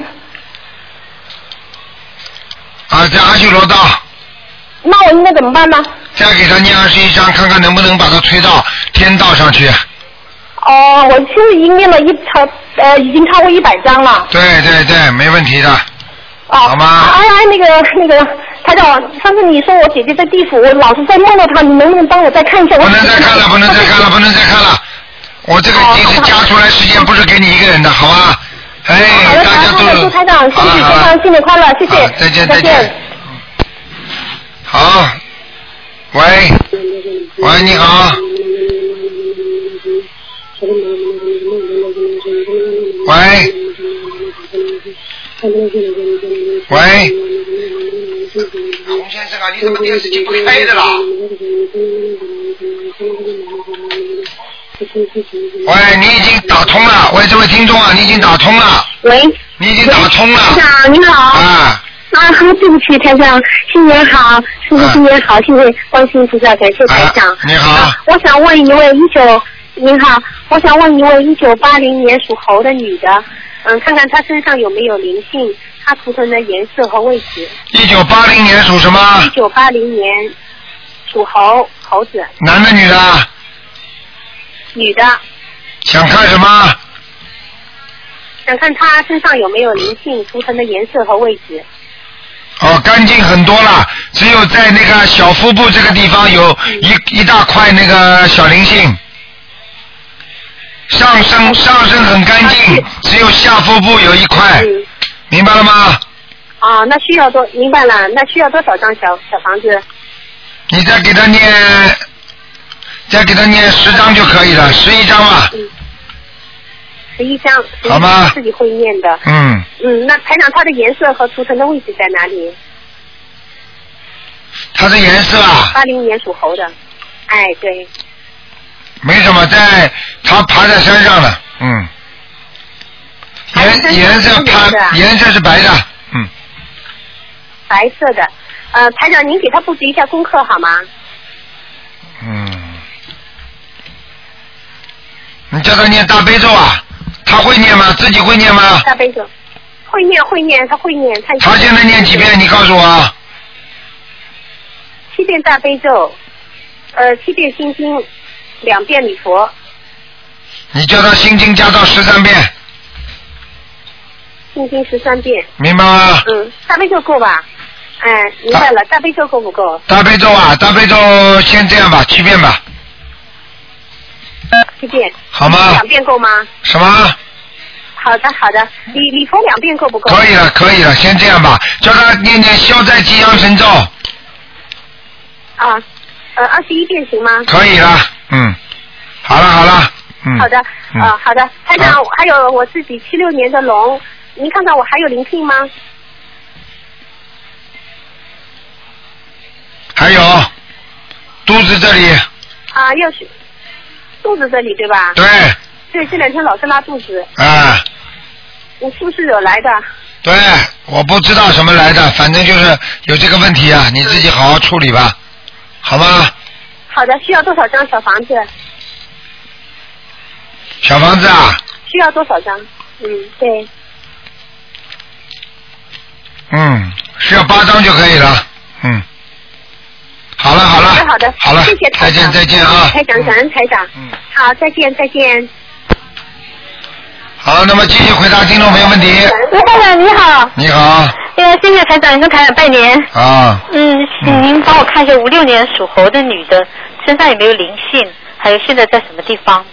啊，在阿修罗道。 那我应该怎么办呢？ 再给他念二十一章，看看能不能把他推到天道上去。 哦，我现在已经念了一超，呃，已经超过一百章了。 对对对，没问题的。 哦。 好吗？ 哎哎，那个那个，台长，上次你说我姐姐在地府，我老是在梦到她，你能不能帮我再看一下？ 不能再看了，不能再看了，不能再看了。我这个已经是加出来时间，不是给你一个人的，好吧？哎， 好的， 大家都祝台长身体健康，新年快乐，谢谢。 再见再见。好，喂，喂，你好。喂，喂，洪先生啊，你怎么电视机不开的啦？喂，你已经打通了，喂，这位听众啊，你已经打通了。 喂， 你已经打通了。 台长你好。 啊。 啊，对不起，台长，新年好，祝你新年好，谢谢观世音菩萨，感谢台长。 啊、你好、 啊。我想问一位一九，您好，我想问一位一九八零年属猴的女的，嗯，看看她身上有没有灵性，她图腾的颜色和位置。 一九八零年属什么？ 一九八零年属猴，猴子。 男的女的？ 女的。 想看什么？ 想看她身上有没有灵性，图腾的颜色和位置。 哦，干净很多了，只有在那个小腹部这个地方有一一大块那个小灵性，上身上身很干净，只有下腹部有一块，嗯、明白了吗？ 啊，那需要多明白了，那需要多少张小小房子？ 你再给他念，再给他念十张就可以了，十一张吧。 嗯十一张， 好吗？ 自己会念的。 嗯。 嗯，那台长，它的颜色和图腾的位置在哪里？ 它的颜色啊？ 八零年属猴的。哎，对。 没什么，在它爬在山上了，嗯。颜颜色爬颜色是白的，嗯。 白色的，呃，台长，您给他布置一下功课好吗？ 嗯。你叫他念大悲咒啊？他会念吗？自己会念吗？ 大悲咒，会念会念，他会念。他他现在念几遍？你告诉我。 七遍大悲咒，呃，七遍心经，两遍礼佛。 你叫他心经加到十三遍。 心经十三遍。 明白吗？ 嗯，大悲咒够吧？哎，明白了。大悲咒够不够？ 大悲咒啊，大悲咒先这样吧，七遍吧。 七遍， 好吗？ 两遍够吗？ 什么？ 好的，好的，礼礼佛两遍够不够？ 可以了，可以了，先这样吧，叫他念念消灾吉祥神咒。 啊，呃，二十一遍行吗？ 可以了，嗯，好了，好了，嗯。 好的， 嗯、 啊，好的，台长，还有我自己七六年的龙，您看看我还有灵性吗？ 还有，肚子这里。 啊，要是。肚子这里对吧？ 对。 对，这两天老是拉肚子。 啊。 你是不是有来的？ 对，我不知道什么来的，反正就是有这个问题啊，你自己好好处理吧，好吗？ 好的，需要多少张小房子？ 小房子啊？ 需要多少张？嗯，对。 嗯，需要八张就可以了，嗯。好了好了， 好的好的， 好了， 谢谢台长， 再见再见啊！ 台长，感恩台长。嗯，好，再见再见。 好，那么继续回答听众朋友问题。 卢台长你好。 你好。 呃，谢谢台长跟台长拜年。 啊。 嗯，请您帮我看一下五六年属猴的女的身上有没有灵性，还有现在在什么地方？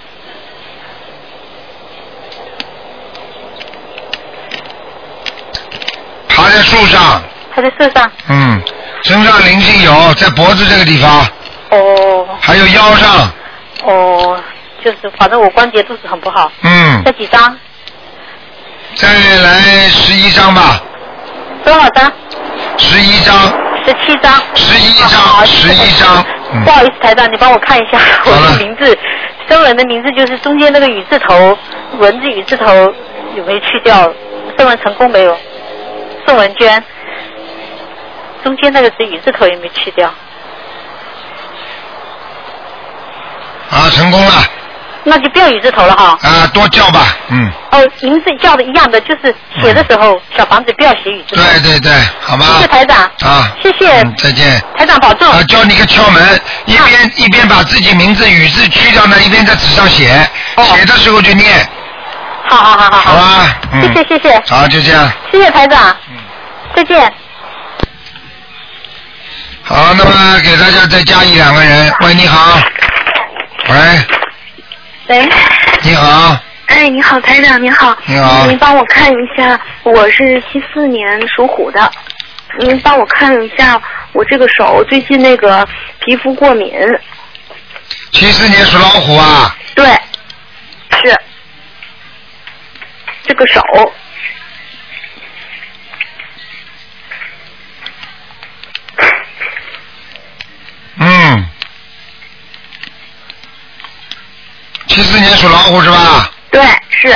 爬在树上。 爬在树上。 嗯。身上灵性有，在脖子这个地方。 哦。 还有腰上。 哦， 就是反正我关节肚子很不好。 嗯。 这几张？ 再来十一张吧。 多少张？ 十一张。 十七张。 十一张。十一张。嗯、 不好意思，台长，你帮我看一下我的名字，生人的名字就是中间那个雨字头，文字雨字头有没有去掉？生人成功没有？宋文娟，中间那个是雨字头有没有去掉？ 啊，成功了。 那就不要雨字头了哈。 啊，多叫吧，嗯。 哦，名字叫的一样的，就是写的时候、嗯、小房子不要写雨字头。 对对对，好吧。 谢谢台长。 啊， 谢谢、 嗯。再见。 台长保重。 啊，教你个窍门，一边、啊、一边把自己名字雨字去掉呢，一边在纸上写，哦、写的时候就念。 好好好好好。 好吧，嗯。 谢谢谢谢。 好，就这样。 谢谢台长。嗯。再见。 好，那么给大家再加一两个人。喂，你好。喂。 喂。 你好。 哎，你好，台长，你好。 你好。 您帮我看一下，我是七四年属虎的，您帮我看一下我这个手最近那个皮肤过敏。 七四年属老虎啊？ 对，是这个手。 嗯。七四年属老虎是吧？ 对，是。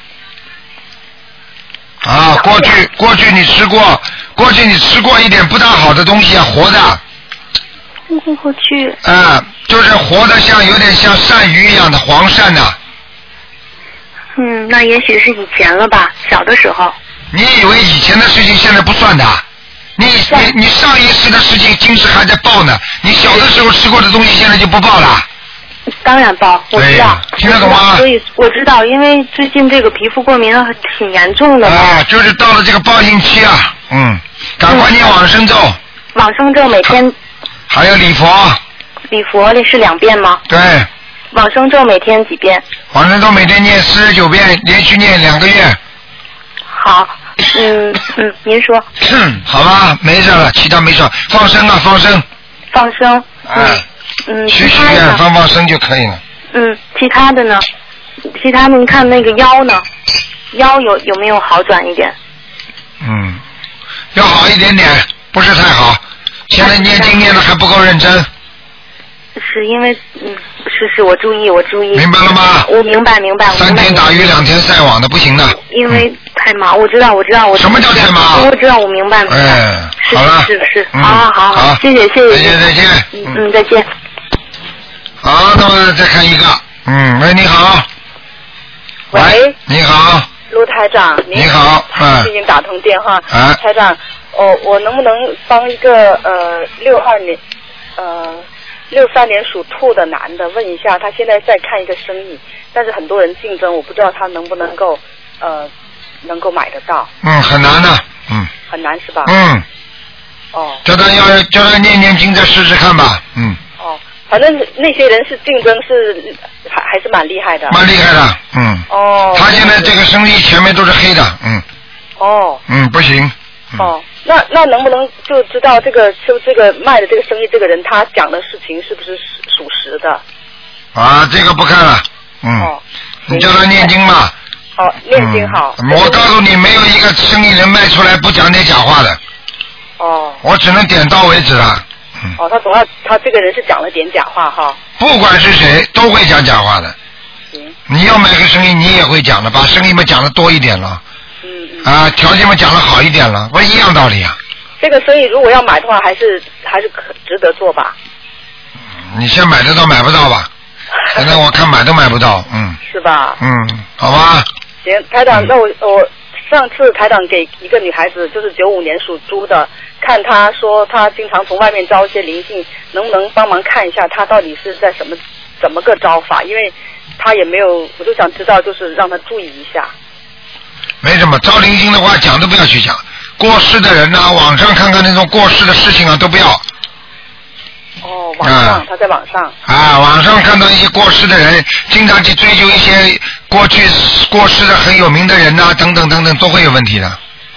啊，过去过去你吃过，过去你吃过一点不大好的东西啊，活的。 过去。 啊，就是活的像有点像鳝鱼一样的黄鳝的。 嗯，那也许是以前了吧，小的时候。 你以为以前的事情现在不算的？你你你上一世的事情今世还在报呢，你小的时候吃过的东西现在就不报了。 当然报，我知道， 听得懂吗？ 所以我知道，因为最近这个皮肤过敏挺严重的。 啊，就是到了这个报应期啊，嗯，赶快念往生咒。 往生咒每天。 还有礼佛。 礼佛那是两遍吗？ 对。 往生咒每天几遍？ 往生咒每天念四十九遍，连续念两个月。 好，嗯嗯，您说。 好吧，没事了，其他没事，放生啊，放生。 放生。 哎。 嗯嗯， 许许愿放放生就可以了。 嗯，其他的呢？其他的您看那个腰呢？腰有有没有好转一点？ 嗯，要好一点点，不是太好。现在念经念的还不够认真。 是因为嗯，是是，我注意，我注意。 明白了吗？ 我明白明白。 三天打鱼两天晒网的不行的。 因为太忙，我知道我知道我。 什么叫太忙？ 我知道我明白明白。 哎，好了。 是是是，好好好，谢谢谢谢。 再见再见。 嗯嗯，再见。 好，那么再看一个，嗯，喂，你好。 喂。 你好。 卢台长， 你好， 嗯。最近打通电话。 啊。 台长，哦，我能不能帮一个呃六二年呃六三年属兔的男的问一下，他现在在看一个生意，但是很多人竞争，我不知道他能不能够呃能够买得到。 嗯，很难的，嗯。 很难是吧？ 嗯。 哦。 叫他要叫他念念经再试试看吧，嗯。 哦，反正那些人是竞争是还还是蛮厉害的。 蛮厉害的，嗯。 哦。 他现在这个生意前面都是黑的，嗯。 哦。 嗯，不行。 嗯、哦，那那能不能就知道这个就这个卖的这个生意这个人他讲的事情是不是属实的？ 啊，这个不看了，嗯。哦。你叫他念经吧。 哦，念经好。 嗯、我告诉你，没有一个生意人卖出来不讲点假话的。 哦。 我只能点到为止了。嗯。 哦，他总要他这个人是讲了点假话哈。 不管是谁，都会讲假话的。行。你要买个生意，你也会讲的，把生意嘛讲的多一点了。嗯嗯。啊，条件嘛讲的好一点了，不一样道理啊。 这个生意如果要买的话，还是还是可值得做吧。 你先买得到买不到吧？现在我看买都买不到，嗯。 是吧？ 嗯，好吧。 行，台长，那我我上次台长给一个女孩子，就是九五年属猪的，看她说她经常从外面招一些灵性，能不能帮忙看一下她到底是在什么怎么个招法？因为她也没有，我就想知道，就是让她注意一下。 没什么，招灵性的话讲都不要去讲，过世的人呐、啊，网上看看那种过世的事情啊都不要。 哦，网上，啊、他在网上。 啊，网上看到一些过世的人，经常去追究一些过去过世的很有名的人呐、啊，等等等等，都会有问题的。 哦哦哦。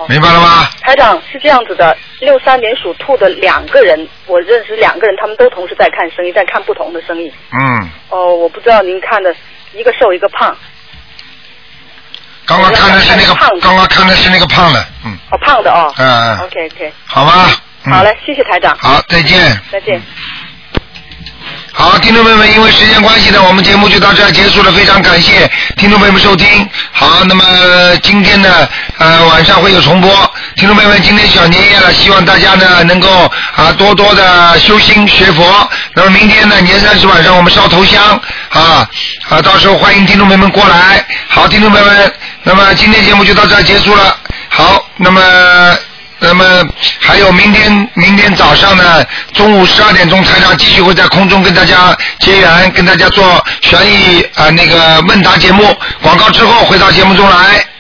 明白了吗？ 台长是这样子的，六三年属兔的两个人，我认识两个人，他们都同时在看生意，在看不同的生意。 嗯。 哦，我不知道您看的，一个瘦一个胖。 刚刚看的是那个，刚刚看的是那个胖的，嗯。 哦，胖的哦。 嗯嗯。 OK OK。 好吗？ 嗯、好嘞，谢谢台长。 好，再见。 再见。 好，听众朋友们，因为时间关系呢，我们节目就到这儿结束了，非常感谢听众朋友们收听。好，那么今天呢，呃，晚上会有重播。听众朋友们，今天小年夜了，希望大家呢能够啊多多的修心学佛。那么明天呢，年三十晚上我们烧头香啊啊，到时候欢迎听众朋友们过来。好，听众朋友们，那么今天节目就到这儿结束了。好，那么。那么还有明天，明天早上呢，中午十二点钟，台长继续会在空中跟大家结缘，跟大家做悬疑啊、呃、那个问答节目。广告之后回到节目中来。